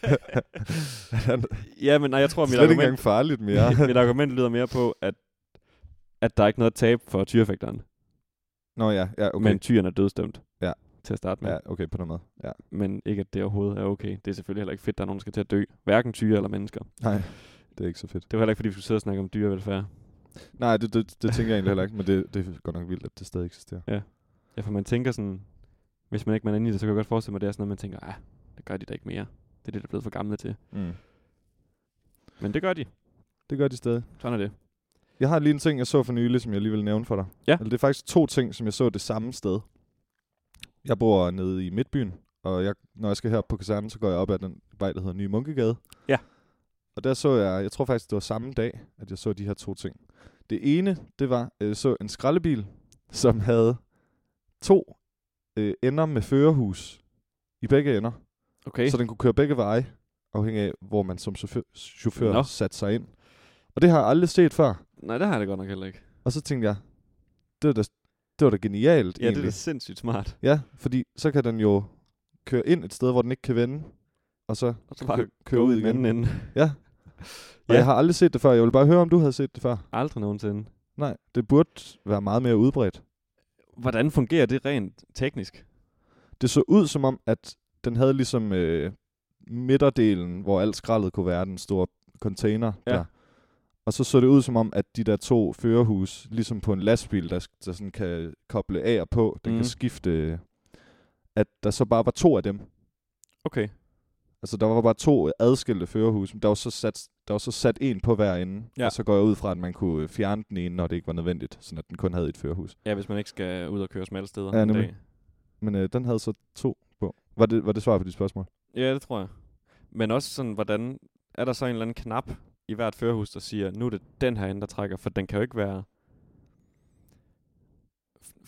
Ja, men nej, jeg tror, mit argument... Det er ikke engang farligt mere. Mit argument lyder mere på, at der er ikke noget tab for tyrefægteren. Nå ja, okay. Men tyren er dødsdømt. Ja. Til at starte med. Ja, okay, på den måde. Ja. Men ikke, at det overhovedet er okay. Det er selvfølgelig heller ikke fedt, der er nogen, der skal til at dø. Hverken tyre eller mennesker. Nej, det er ikke så fedt. Det var heller ikke, fordi vi skulle sidde og snakke om dyrevelfærd. Nej, det tænker jeg egentlig heller ikke, men det er godt nok vildt, at det stadig eksisterer. Ja, for man tænker sådan, hvis man ikke er inde i det, så kan jeg godt forestille mig, at det er sådan noget, man tænker, det gør de da ikke mere. Det er det, der er blevet for gamle til. Mm. Men det gør de. Det gør de stadig. Sådan er det. Jeg har lige en ting, jeg så for nylig, som jeg lige vil nævne for dig. Ja. Altså, det er faktisk 2 ting, som jeg så det samme sted. Jeg bor nede i Midtbyen, og når jeg skal her på kasernen, så går jeg op ad den vej, der hedder Nye Munkegade. Ja. Og der så jeg tror faktisk, det var samme dag, at jeg så de her 2 ting. Det ene, det var, jeg så en skraldebil, som havde 2 ender med førerhus i begge ender. Okay. Så den kunne køre begge veje, afhængig af, hvor man som chauffør satte sig ind. Og det har jeg aldrig set før. Nej, det har jeg da godt nok heller ikke. Og så tænkte jeg, det var da genialt. Ja, egentlig. Det er da sindssygt smart. Ja, fordi så kan den jo køre ind et sted, hvor den ikke kan vende, og så bare køre ud igen. Ende. Ja. Og jeg har aldrig set det før. Jeg vil bare høre, om du havde set det før. Aldrig nogensinde. Nej, det burde være meget mere udbredt. Hvordan fungerer det rent teknisk? Det så ud som om, at den havde ligesom midterdelen, hvor alt skraldet kunne være, den store container der. Og så det ud som om, at de der 2 førerhus, ligesom på en lastbil, der sådan kan koble af og på, den kan skifte, at der så bare var 2 af dem. Okay. Altså der var bare 2 adskilte førerhus, men der var så sat en på hver ende, og så går jeg ud fra, at man kunne fjerne den ene, når det ikke var nødvendigt, sådan at den kun havde et førerhus. Ja, hvis man ikke skal ud og køre smalle steder en dag. Men den havde så 2 på. Var det svar på dit spørgsmål? Ja, det tror jeg. Men også sådan, hvordan er der så en eller anden knap i hvert førerhus, der siger, nu er det den her ende, der trækker, for den kan jo ikke være...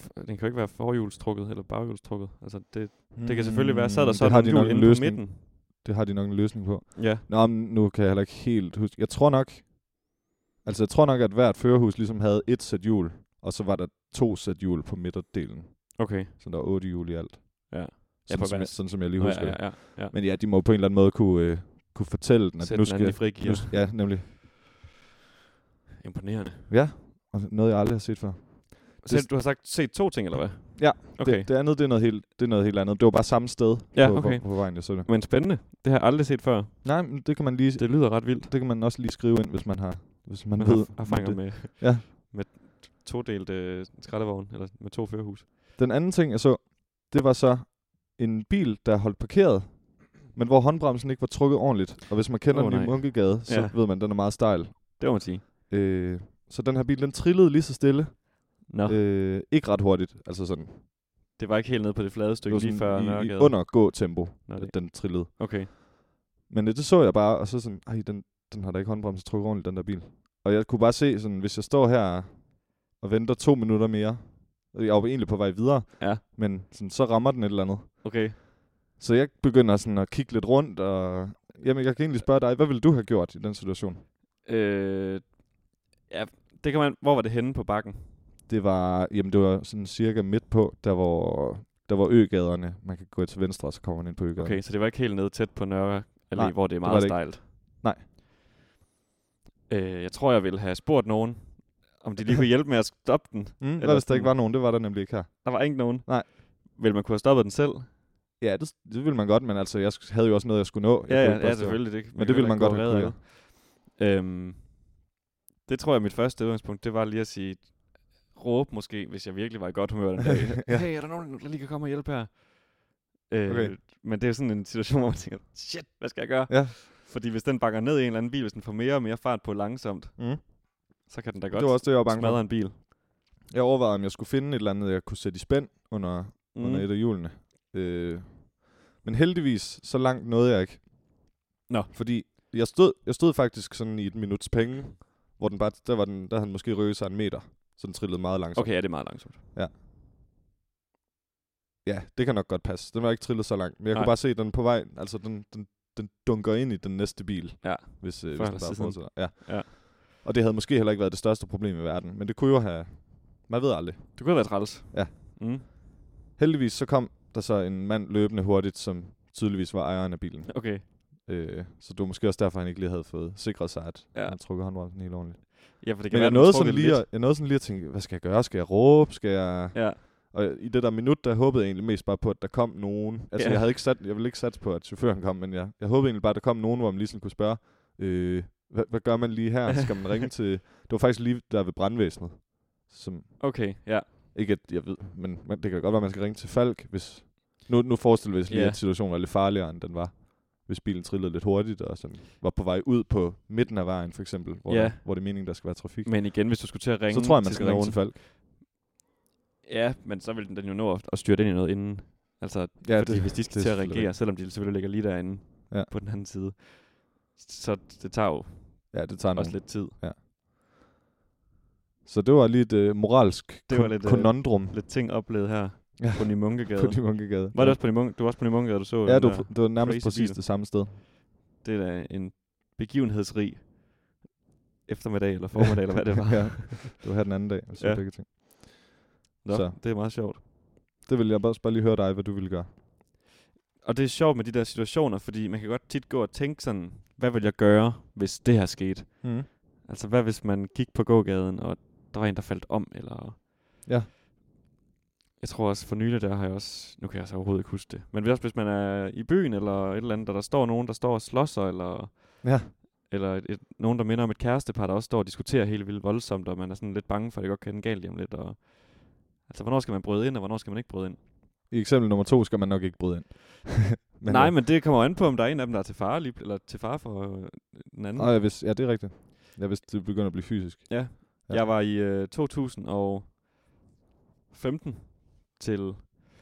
den kan jo ikke være forhjulstrukket eller baghjulstrukket. Altså, det kan selvfølgelig være, sad der så har nogle de nok hjul en inde på løsning. midten. Det har de nok en løsning på. Ja. Nå, men nu kan jeg heller ikke helt huske. Jeg tror nok, at hvert førerhus ligesom havde et sæt hjul, og så var der 2 sæt hjul på midterdelen. Okay. Så der var 8 hjul i alt. Ja. Sådan som jeg lige husker det. Ja. Men ja, de må på en eller anden måde kunne fortælle den, at nu skal... i frigear. Ja, nemlig. Imponerende. Ja, og noget jeg aldrig har set før. Så du har set 2 ting, eller hvad? Ja, okay. Det andet, det er noget helt andet. Det var bare samme sted på vejen, jeg så det. Men spændende. Det har jeg aldrig set før. Nej, men det kan man lige... Det lyder ret vildt. Det kan man også lige skrive ind, hvis man har erfaringer med todelt skraldevogn, eller med 2 førerhus. Den anden ting, jeg så, det var så en bil, der holdt parkeret, men hvor håndbremsen ikke var trukket ordentligt. Og hvis man kender den i Munkegade, så ved man, at den er meget stejl. Det må man sige. Så den her bil, den trillede lige så stille. Ikke ret hurtigt, altså sådan. Det var ikke helt nede på det flade stykke lige før Nørregade. Under gå-tempo, at den trillede. Okay. Men det så jeg bare, og så sådan, den har da ikke håndbremsen trukket ordentligt, den der bil. Og jeg kunne bare se, sådan, hvis jeg står her og venter 2 minutter mere, og jeg var egentlig på vej videre, men sådan, så rammer den et eller andet. Okay. Så jeg begynder sådan at kigge lidt rundt, og jamen, jeg kan egentlig spørge dig, hvad ville du have gjort i den situation? Ja, det kan man. Hvor var det henne på bakken? Det var sådan cirka midt på, der var øgaderne. Man kan gå til venstre, og så kommer man ind på øgaderne. Okay, så det var ikke helt nede tæt på Nørre Allé, hvor det er meget stejlt? Nej. Jeg tror, jeg ville have spurgt nogen, om de lige kunne hjælpe med at stoppe den. Hvad hvis der ikke var nogen? Det var der nemlig ikke her. Der var ikke nogen? Nej. Ville man kunne have stoppet den selv? Ja, det ville man godt, men altså, jeg havde jo også noget, jeg skulle nå. Ja, selvfølgelig. Men det ville man godt have kunne. Det tror jeg, mit første udgangspunkt, det var lige at sige, råbe måske, hvis jeg virkelig var i godt humør den dag. Hey, er der nogen, der lige kan komme og hjælpe her? Okay. Men det er jo sådan en situation, hvor man tænker, shit, hvad skal jeg gøre? Ja. Fordi hvis den bakker ned i en eller anden bil, hvis den får mere og mere fart på langsomt, så kan den da godt det var også det, jeg var bange smadre en bil. Jeg overvejede, om jeg skulle finde et eller andet, jeg kunne sætte i spænd under et af hjulene. Men heldigvis, så langt nåede jeg ikke. Nå. Fordi jeg stod faktisk sådan i et minuts penge, hvor den bare, der havde den måske røget sig 1 meter. Så den trillede meget langsomt. Okay, ja, det er meget langsomt. Ja. Ja, det kan nok godt passe. Den var ikke trillet så langt. Men jeg kunne bare se, at den på vej, altså den dunker ind i den næste bil. Ja. Hvis den bare fortsætter. Ja. Og det havde måske heller ikke været det største problem i verden. Men det kunne jo have... Man ved aldrig. Det kunne have været træls. Ja. Heldigvis så kom der så en mand løbende hurtigt, som tydeligvis var ejeren af bilen. Okay. Så det var måske også derfor, han ikke lige havde fået sikret sig, at han trukket håndbremsen helt ordentligt. Ja, for det kan være, jeg nåede sådan lige at tænke, hvad skal jeg gøre? Skal jeg råbe? Skal jeg... Ja. Og i det der minut, der håbede jeg egentlig mest bare på, at der kom nogen. Altså, jeg ville ikke satse på, at chaufføren kom, men jeg håbede egentlig bare, at der kom nogen, hvor man lige sådan kunne spørge, hvad gør man lige her? Skal man ringe til... Det var faktisk lige der ved brandvæsenet. Okay, ja. Ikke at jeg ved, men det kan godt være, at man skal ringe til Falk, hvis... Nu forestiller vi os lige, at situationen var lidt farligere, end den var. Hvis bilen trillede lidt hurtigt, og sådan var på vej ud på midten af vejen, for eksempel, hvor det er meningen, der skal være trafik. Men igen, hvis du skulle til at ringe så tror jeg, man skal ringe til Falk. Ja, men så vil den jo nå at styre den i noget inden. Altså, fordi hvis de skal til at reagere, selvom de selvfølgelig ligger lige derinde på den anden side, så det tager jo også lidt tid. Ja. Så det var lige et moralsk konundrum. Lidt ting oplevet her på Ny Munkegade. På Ny Munkegade. Var det også på Ny Munkegade? Du var også på Ny Munkegade, du så? Ja, det var nærmest præcis det samme sted. Det er da en begivenhedsrig eftermiddag eller formiddag, eller hvad det var. Ja, det var her den anden dag, så begge ting. Nå, så. Det er meget sjovt. Det vil jeg bare lige høre dig, hvad du ville gøre. Og det er sjovt med de der situationer, fordi man kan godt tit gå og tænke sådan, hvad vil jeg gøre, hvis det her skete? Altså, hvad hvis man gik på gågaden, og der var en, der faldt om, eller... Ja. Jeg tror også, for nylig der har jeg også... Nu kan jeg så overhovedet ikke huske det. Men hvis man er i byen, eller et eller andet, der står nogen, der står og slås sig, eller... Ja. Eller nogen, der minder om et kærestepar, der også står og diskuterer helt vildt voldsomt, og man er sådan lidt bange for, at det godt kan ende galt lige om lidt, og... Altså, hvornår skal man bryde ind, og hvornår skal man ikke bryde ind? I eksempel nummer 2 skal man nok ikke bryde ind. Nej, men det kommer an på, om der er en af dem, der er til fare, eller til fare for den anden. Ja, det er rigtigt. Hvis det begynder at blive fysisk. Ja. Jeg var i 2015 til...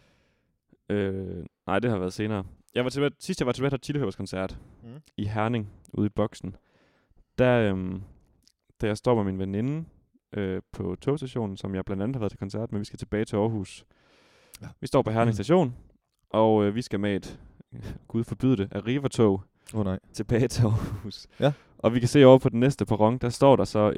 nej, det har været senere. Sidst jeg var til Red Hot Chili Peppers koncert i Herning, ude i boksen. Da jeg står med min veninde på togstationen, som jeg blandt andet har været til koncert med. Vi skal tilbage til Aarhus. Ja. Vi står på Herning Station, og vi skal med et, gud forbyde det, Arriva-tog tilbage til Aarhus. Ja. Og vi kan se over på den næste perron, der står der så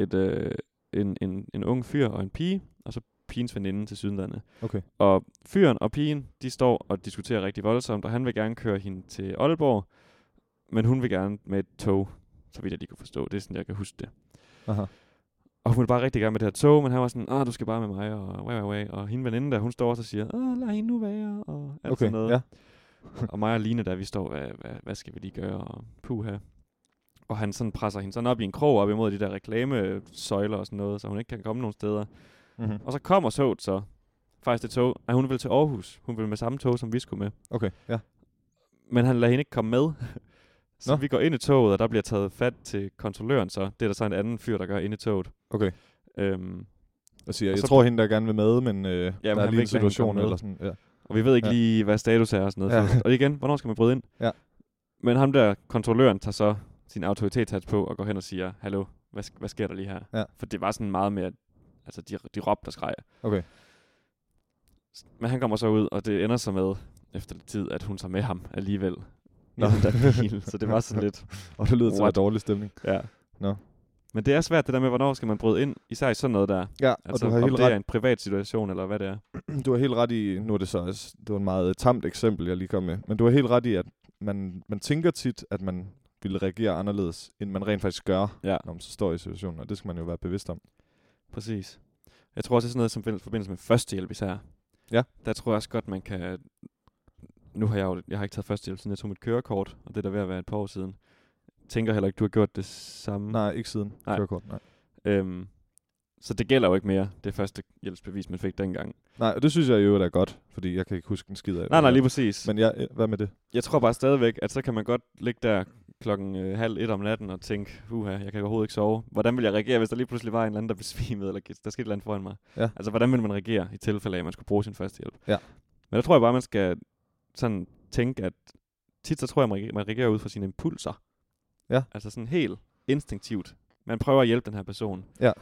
en ung fyr og en pige, og så pigens veninde til sydenlandet. Okay. Og fyren og pigen, de står og diskuterer rigtig voldsomt, og han vil gerne køre hende til Aalborg, men hun vil gerne med et tog, så vidt jeg lige kunne forstå. Det er sådan, jeg kan huske det. Aha. Og hun vil bare rigtig gerne med det her tog, men han var sådan, du skal bare med mig, og hende veninde der, hun står også og siger, lad hende nu være, og alt sådan noget. Ja. Og mig og Line der, vi står, hvad skal vi lige gøre, og puha. Og han sådan presser hende sådan op i en krog, op imod de der reklamesøjler og sådan noget, så hun ikke kan komme nogen steder. Mm-hmm. Og så kommer toget så, faktisk det tog, at hun vil til Aarhus. Hun vil med samme tog, som vi skulle med. Okay, ja. Men han lader hende ikke komme med. Så vi går ind i toget, og der bliver taget fat til kontrolløren så. Det er der så en anden fyr, der gør inde i toget. Okay. Jeg tror hende, der gerne vil med, men der er lige en situation eller sådan. Ja. Og vi ved ikke lige, hvad status er og sådan noget. Ja. Og igen, hvornår skal man bryde ind? Ja. Men ham der kontrolløren tager så sin autoritetshats på og går hen og siger, hallo, hvad sker der lige her? Ja. For det var sådan meget mere, altså de råbte og skreg. Okay. Men han kommer så ud, og det ender så med, efter lidt tid, at hun tager med ham alligevel. Så det var sådan lidt... Og det lyder til en dårlig stemning. Ja. Nå. Men det er svært det der med, hvornår skal man bryde ind, især i sådan noget der. Ja, altså, og du har helt ret. Er en privat situation, eller hvad det er. Du har helt ret i, nu er det så også, det var en meget tamt eksempel, jeg lige kom med, men du har helt ret i, at man tænker tit, at man ville reagere anderledes, end man rent faktisk gør, når man så står i situationen, og det skal man jo være bevidst om. Præcis. Jeg tror også, det er sådan noget som forbindelse med førstehjælp især. Ja. Der tror jeg også godt, man kan... Nu har jeg har ikke taget førstehjælp, siden jeg tog mit kørekort, og det er der ved at være et par år siden. Tænker heller ikke, du har gjort det samme. Nej, ikke siden kørekort, nej. Så det gælder jo ikke mere, det første hjælpsbevis, man fik dengang. Nej, og det synes jeg jo er godt, fordi jeg kan ikke huske en skid af det. Nej, lige præcis. Men hvad med det? Jeg tror bare stadigvæk, at så kan man godt ligge der 12:30 om natten og tænke, jeg kan overhovedet ikke sove. Hvordan vil jeg reagere, hvis der lige pludselig var en eller anden, der besvimede, eller der skete et eller andet foran mig? Ja. Altså, hvordan vil man reagere i tilfælde af, at man skulle bruge sin førstehjælp? Ja. Men der tror jeg bare, man skal sådan tænke, at tit så tror jeg, man reagerer ud fra sine impulser. Ja. Altså sådan helt instinktivt. Man prøver at hjælpe den her person. Ja.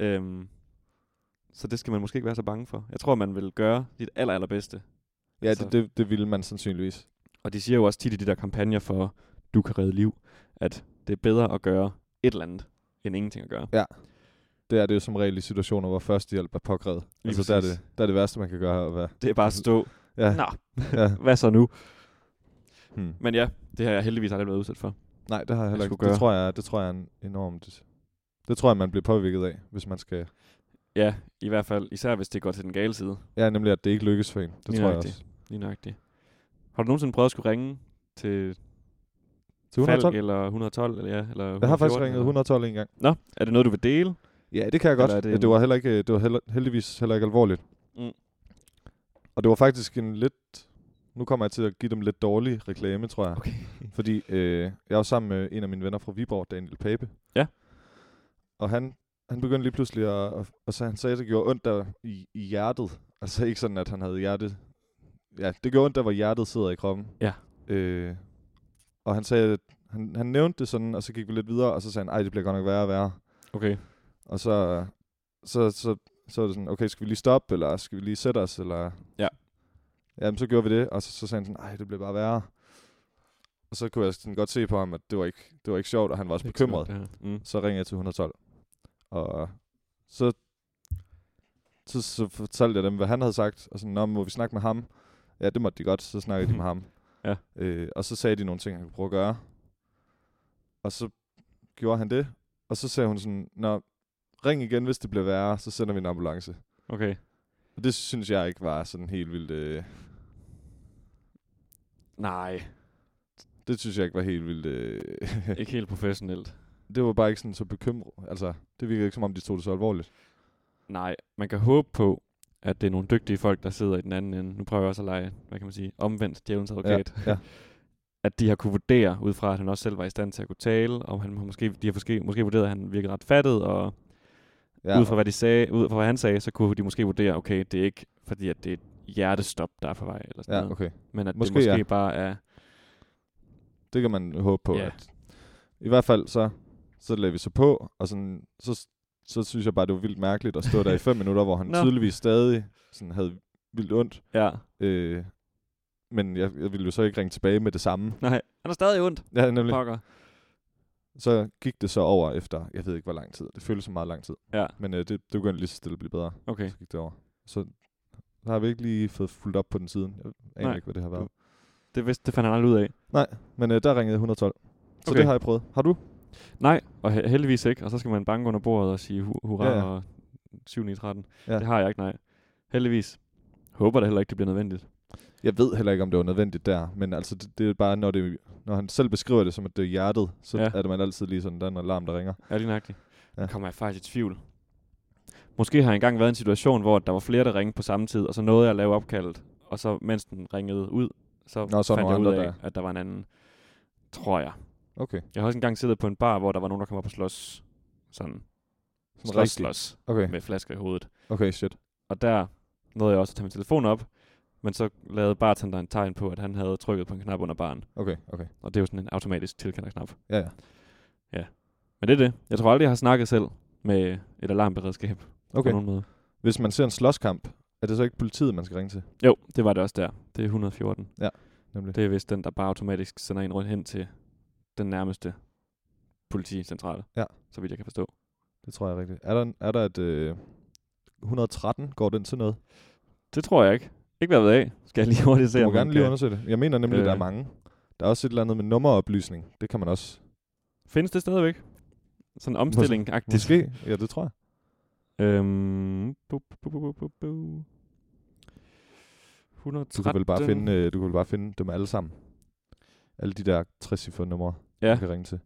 Så det skal man måske ikke være så bange for. Jeg tror, man vil gøre sit allerbedste. Ja, altså, det vil man sandsynligvis. Og de siger jo også tit i de der kampagner for, du kan redde liv, at det er bedre at gøre et eller andet, end ingenting at gøre. Ja. Det er det jo som regel i situationer, hvor førstehjælp er påkrævet. Altså, der er det værste, man kan gøre. Det er bare at stå. Ja. Nå, hvad så nu? Men ja, det har jeg heldigvis aldrig været udsat for. Nej, det har jeg heller ikke. Det tror jeg er enormt... Det tror jeg, man bliver påvirket af, hvis man skal... Ja, i hvert fald. Især hvis det går til den gale side. Ja, nemlig at det ikke lykkes for en. Det tror jeg også. Lige nøjagtigt. Har du nogensinde prøvet at skulle ringe til 112? Falk eller 112? Eller 114, jeg har faktisk ringet 112 en gang. Nå, er det noget, du vil dele? Ja, det kan jeg godt. Det var heller ikke, heldigvis heller ikke alvorligt. Mm. Og det var faktisk en lidt... Nu kommer jeg til at give dem lidt dårlig reklame, tror jeg. Okay. Fordi jeg var sammen med en af mine venner fra Viborg, Daniel Pape. Ja. Og han begyndte lige pludselig og så han sagde, at det gjorde ondt der i hjertet. Altså ikke sådan, at han havde hjertet... Ja, det gjorde ondt der, hvor hjertet sidder i kroppen. Ja. Og han sagde, at han nævnte det sådan, og så gik vi lidt videre, og så sagde han, det bliver godt nok værre og værre. Okay. Og så er det sådan, okay, skal vi lige stoppe, eller skal vi lige sætte os, eller... Ja. Jamen, så gjorde vi det, og så sagde han sådan, det blev bare værre. Og så kunne jeg sådan godt se på ham, at det var ikke sjovt, og han var også bekymret. Så ringede jeg til 112. Og så fortalte jeg dem, hvad han havde sagt, og sådan, må vi snakke med ham? Ja, det måtte de godt, så snakkede de med ham. Ja. Og så sagde de nogle ting, han kunne prøve at gøre. Og så gjorde han det, og så sagde hun sådan, ring igen, hvis det bliver værre, så sender vi en ambulance. Okay. Og det synes jeg ikke var sådan helt vildt... Nej. Det synes jeg ikke var helt vildt... Ikke helt professionelt. Det var bare ikke sådan så bekymret. Altså, det virkede ikke som om, de tog det så alvorligt. Nej, man kan håbe på, at det er nogle dygtige folk, der sidder i den anden ende. Nu prøver jeg også at lege, hvad kan man sige, omvendt djævelens advokat. Ja. At de har kunne vurdere, ud fra at han også selv var i stand til at kunne tale, og de har måske vurderet, at han virkede ret fattet, og ud fra hvad de sagde, ud fra hvad han sagde, så kunne de måske vurdere, okay, det er ikke fordi, at det er et hjertestop, der er på vej, eller sådan noget. Okay. Men at måske, det måske bare er... Det kan man håbe på. Ja. At i hvert fald så lagde vi så på, og sådan, så så synes jeg bare, det var vildt mærkeligt at stå der i 5 minutter, hvor han tydeligvis stadig sådan havde vildt ondt. Ja. Men jeg ville jo så ikke ringe tilbage med det samme. Nej, han er stadig ondt. Ja, nemlig. Pokker. Så gik det så over efter, jeg ved ikke hvor lang tid. Det føltes som meget lang tid. Ja. Men det begyndte lige så stille at blive bedre. Okay. Så gik det over. Så har vi ikke lige fået fuldt op på den siden. Jeg aner ikke, hvad det har været. Det fandt han aldrig ud af. Nej, men der ringede 112. Så Okay. det har jeg prøvet. Har du? Nej, og heldigvis ikke. Og så skal man banke under bordet og sige hurra Ja. og 7-9-13. Ja. Det har jeg ikke, nej. Heldigvis. Håber det heller ikke, det bliver nødvendigt. Jeg ved heller ikke, om det var nødvendigt der. Men altså, det er bare, når han selv beskriver det som, at det er hjertet, så er det man altid lige sådan, der er en alarm, der ringer. Ja, lige nøjagtigt. Ja. Nu kommer jeg faktisk i tvivl. Måske har jeg engang været i en situation, hvor der var flere, der ringede på samme tid, og så nåede jeg at lave opkaldet. Og så mens den ringede ud, så fandt jeg ud af, at der var en anden. Tror jeg. Okay. Jeg har også engang siddet på en bar, hvor der var nogen, der kom op og slås. Sådan slås okay. med flasker i hovedet. Okay, shit. Og der nåede jeg også at tage min telefon op, men så lavede bartenderen en tegn på, at han havde trykket på en knap under baren. Okay. Og det er jo sådan en automatisk tilkalderknap. Ja. Men det er det. Jeg tror aldrig, jeg har snakket selv med et alarmberedskab. Okay. På nogen måde. Hvis man ser en slåskamp, er det så ikke politiet, man skal ringe til? Jo, det var det også der. Det er 114. Ja, nemlig. Det er vist den, der bare automatisk sender en rundt hen til den nærmeste politicentrale. Ja. Så vidt jeg kan forstå. Det tror jeg er rigtigt. Er der et 113? Går den til noget? Det tror jeg ikke. Ikke hvad jeg ved af. Skal jeg lige hurtigt se, du må gerne lige undersøge det. Jeg mener nemlig, der er mange. Der er også et eller andet med nummeroplysning. Det kan man også. Findes det stadigvæk? Sådan en omstilling-agtigt. Måske. Ja, det tror jeg. 113. Du kan vel bare finde dem alle sammen. Alle de der 60-cifrede numre, du kan ringe til.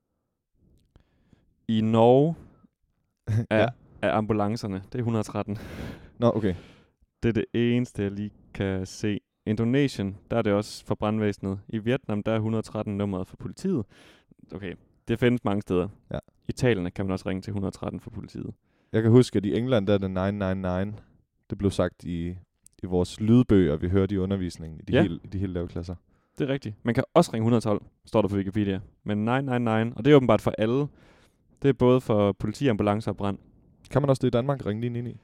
I Norge er ambulancerne. Det er 113. Nå, okay. Det er det eneste, jeg lige kan se. Indonesien, der er det også for brandvæsenet. I Vietnam, der er 113 nummeret for politiet. Okay, det findes mange steder. Ja. Italien kan man også ringe til 113 for politiet. Jeg kan huske, at i England, der er det 999. Det blev sagt i vores lydbøger, vi hørte i undervisningen i de helt lave klasser. Det er rigtigt. Man kan også ringe 112, står der på Wikipedia. Men 999, og det er åbenbart for alle. Det er både for politi, ambulancer og brand. Kan man også det i Danmark, ringe 999?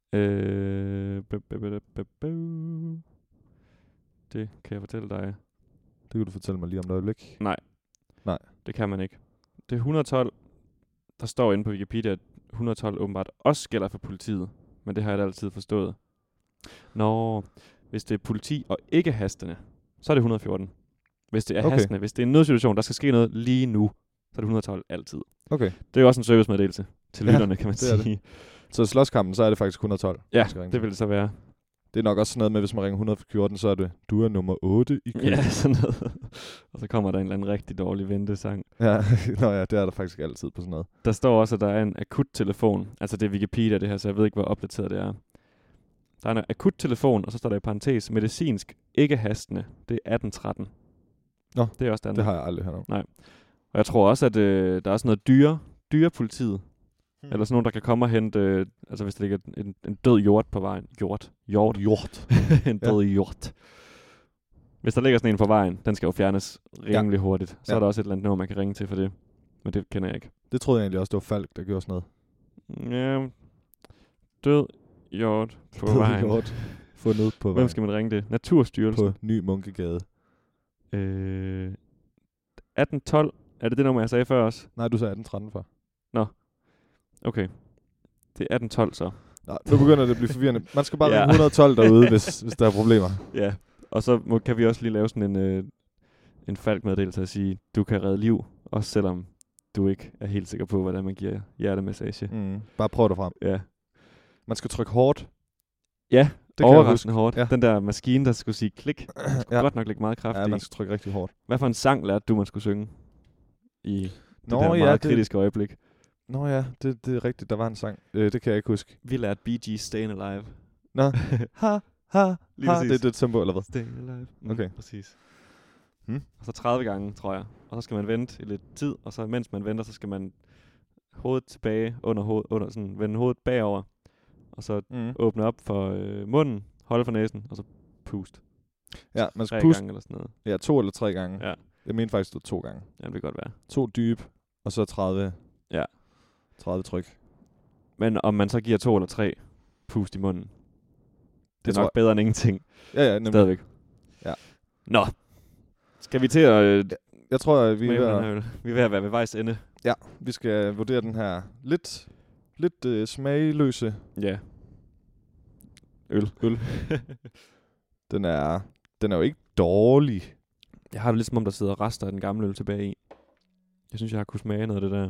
Det kan jeg fortælle dig. Det kan du fortælle mig lige om et øjeblik. Nej, det kan man ikke. Det er 112, der står inde på Wikipedia, at 112 åbenbart også gælder for politiet. Men det har jeg da altid forstået. Hvis det er politi og ikke hastende, så er det 114. Hvis det er hastende, hvis det er en nødsituation, der skal ske noget lige nu, så er det 112 altid. Okay. Det er jo også en servicemeddelelse til lytterne, kan man sige. Det. Så i slåskampen, så er det faktisk 112. Ja, det vil det så være. Det er nok også sådan noget med, hvis man ringer 114, så er det, du er nummer 8 i køen. Ja, sådan noget. Og så kommer der en eller anden rigtig dårlig ventesang. Ja, det er der faktisk altid på sådan noget. Der står også, at der er en akuttelefon. Altså det er Wikipedia det her, så jeg ved ikke, hvor opdateret det er. Der er en akuttelefon, og så står der i parentes, medicinsk ikke hastende. Det er 1813. Nå, det er også det har jeg aldrig hørt om. Nej. Og jeg tror også, at der er også noget dyrepolitiet. Eller sådan nogen, der kan komme og hente, altså hvis der ligger en død hjort på vejen. Hjort. En død hjort. Hvis der ligger sådan en på vejen, den skal jo fjernes rimelig hurtigt. Så er der også et eller andet nummer, man kan ringe til for det. Men det kender jeg ikke. Det troede jeg egentlig også, det var Falk, der gjorde sådan noget. Ja, død hjort på vejen. Hjort fundet på vejen. Hvem skal man ringe det? Naturstyrelsen. På Ny Munkegade. 1812. Er det nummer, jeg sagde før også? Nej, du sagde 1813 før. Nå. Okay. Det er 1812 så. Nej, nu begynder det at blive forvirrende. Man skal bare ringe 112 derude, hvis der er problemer. Ja, og så kan vi også lige lave sådan en Falk-meddelelse og sige, du kan redde liv, også selvom du ikke er helt sikker på, hvordan man giver hjertemassage. Bare prøv det frem. Ja. Man skal trykke hårdt. Ja, det overraskende hårdt. Ja. Den der maskine, der skulle sige klik, skulle godt nok lægge meget kraft i. Ja, man skal trykke rigtig hårdt. Hvad for en sang lærte du, man skulle synge i det meget kritiske øjeblik? Nå ja, det er rigtigt. Der var en sang. Det kan jeg ikke huske. Vi lærte Bee Gees Stayin' Alive. Nå. ha. Det er det tempo, eller hvad? Stayin' Alive. Okay. Præcis. Og så 30 gange, tror jeg. Og så skal man vente i lidt tid, og så mens man venter, så skal man hovedet tilbage under sådan, vende hovedet bagover, og så åbne op for munden, holde for næsen, og så pust. Ja, man skal 3 gange eller sådan noget. Ja, 2 eller 3 gange. Ja. Jeg mener faktisk, det var 2 gange. Ja, det kan godt være. 2 dybe, og så 30. Ja. 30 tryk. Men om man så giver 2 eller 3 pust i munden, det er tror nok bedre end ingenting. Ja, nemlig. Stadigvæk. Ja. Nå. Skal vi til at... Jeg tror, at vi er ved at være ved vejs ende. Ja, vi skal vurdere den her lidt smagløse. Ja. Øl. Den er jo ikke dårlig. Jeg har det lidt som om, der sidder rester af den gamle øl tilbage i. Jeg synes, jeg har kunnet smage noget af det der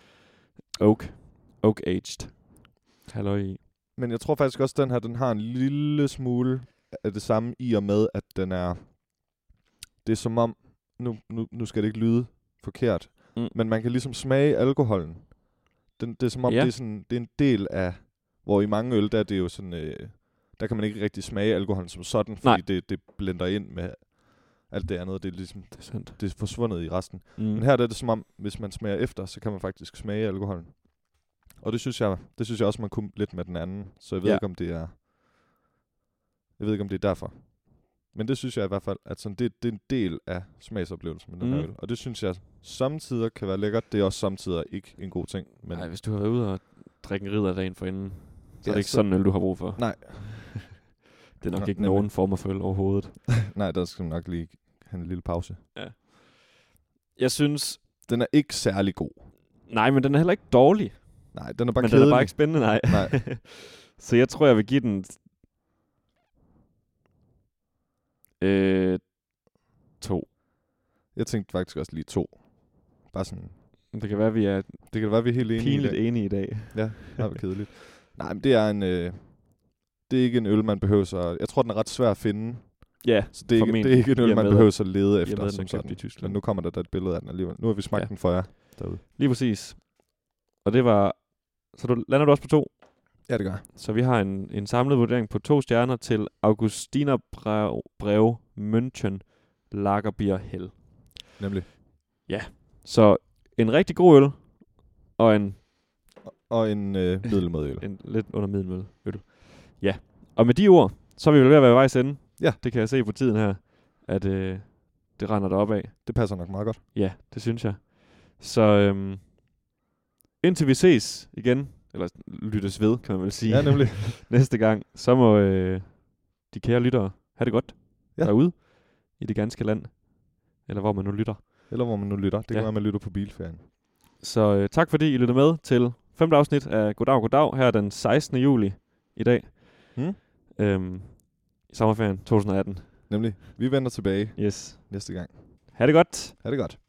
Oak aged halløj i. Men jeg tror faktisk også, at den her, den har en lille smule af det samme i og med, at den er... Det er som om... Nu skal det ikke lyde forkert. Men man kan ligesom smage alkoholen. Det er som om, det er en del af... Hvor i mange øl, der er det jo sådan... der kan man ikke rigtig smage alkoholen som sådan, fordi det blender ind med alt det andet. Det er ligesom... Det er forsvundet i resten. Men her er det som om, hvis man smager efter, så kan man faktisk smage alkoholen. Og det synes jeg også, man kunne lidt med den anden. Så jeg ved ikke, om det er... Jeg ved ikke, om det er derfor. Men det synes jeg i hvert fald, at sådan, det er en del af smagsoplevelsen med den her øl. Og det synes jeg samtidig kan være lækkert. Det er også samtidig ikke en god ting. Men nej, hvis du har været ude og drikke en ridder dagen forinden, så er det ikke sådan en øl, du har brug for. Nej. Det er nok ikke nogen former for øl overhovedet. Nej, der skal man nok lige have en lille pause. Ja. Jeg synes... Den er ikke særlig god. Nej, men den er heller ikke dårlig. Nej, den er bare men kedelig. Den er bare ikke spændende, nej. Så jeg tror, jeg vil give den... 2. Jeg tænkte faktisk også lige 2. Bare sådan... Det kan være, vi er helt enige pinligt enige i dag. Ja, det er kedeligt. Nej, men det er en... det er ikke en øl, man behøver så... Jeg tror, den er ret svær at finde. Ja, så det er ikke en øl, man behøver så lede efter. Som sådan. Men nu kommer der et billede af den alligevel. Nu har vi smagt den for jer derude. Lige præcis. Og det var... Så lander du også på 2? Ja, det gør. Så vi har en samlet vurdering på 2 stjerner til Augustiner Breu München Lagerbier Hell. Nemlig. Ja. Så en rigtig god øl. Og en middelmåde øl. En lidt under middelmåde øl. Ja. Og med de ord, så er vi vel ved at være vejs ende. Ja. Det kan jeg se på tiden her, at det render derop af. Det passer nok meget godt. Ja, det synes jeg. Så indtil vi ses igen, eller lyttes ved, kan man vel sige. Ja, nemlig. Næste gang, så må de kære lyttere have det godt derude i det ganske land. Eller hvor man nu lytter. Det kan være, man lytter på bilferien. Så tak fordi I lytter med til 5. afsnit af Goddag her den 16. juli i dag. I sommerferien 2018. Nemlig. Vi vender tilbage næste gang. Ha' det godt. Ha' det godt.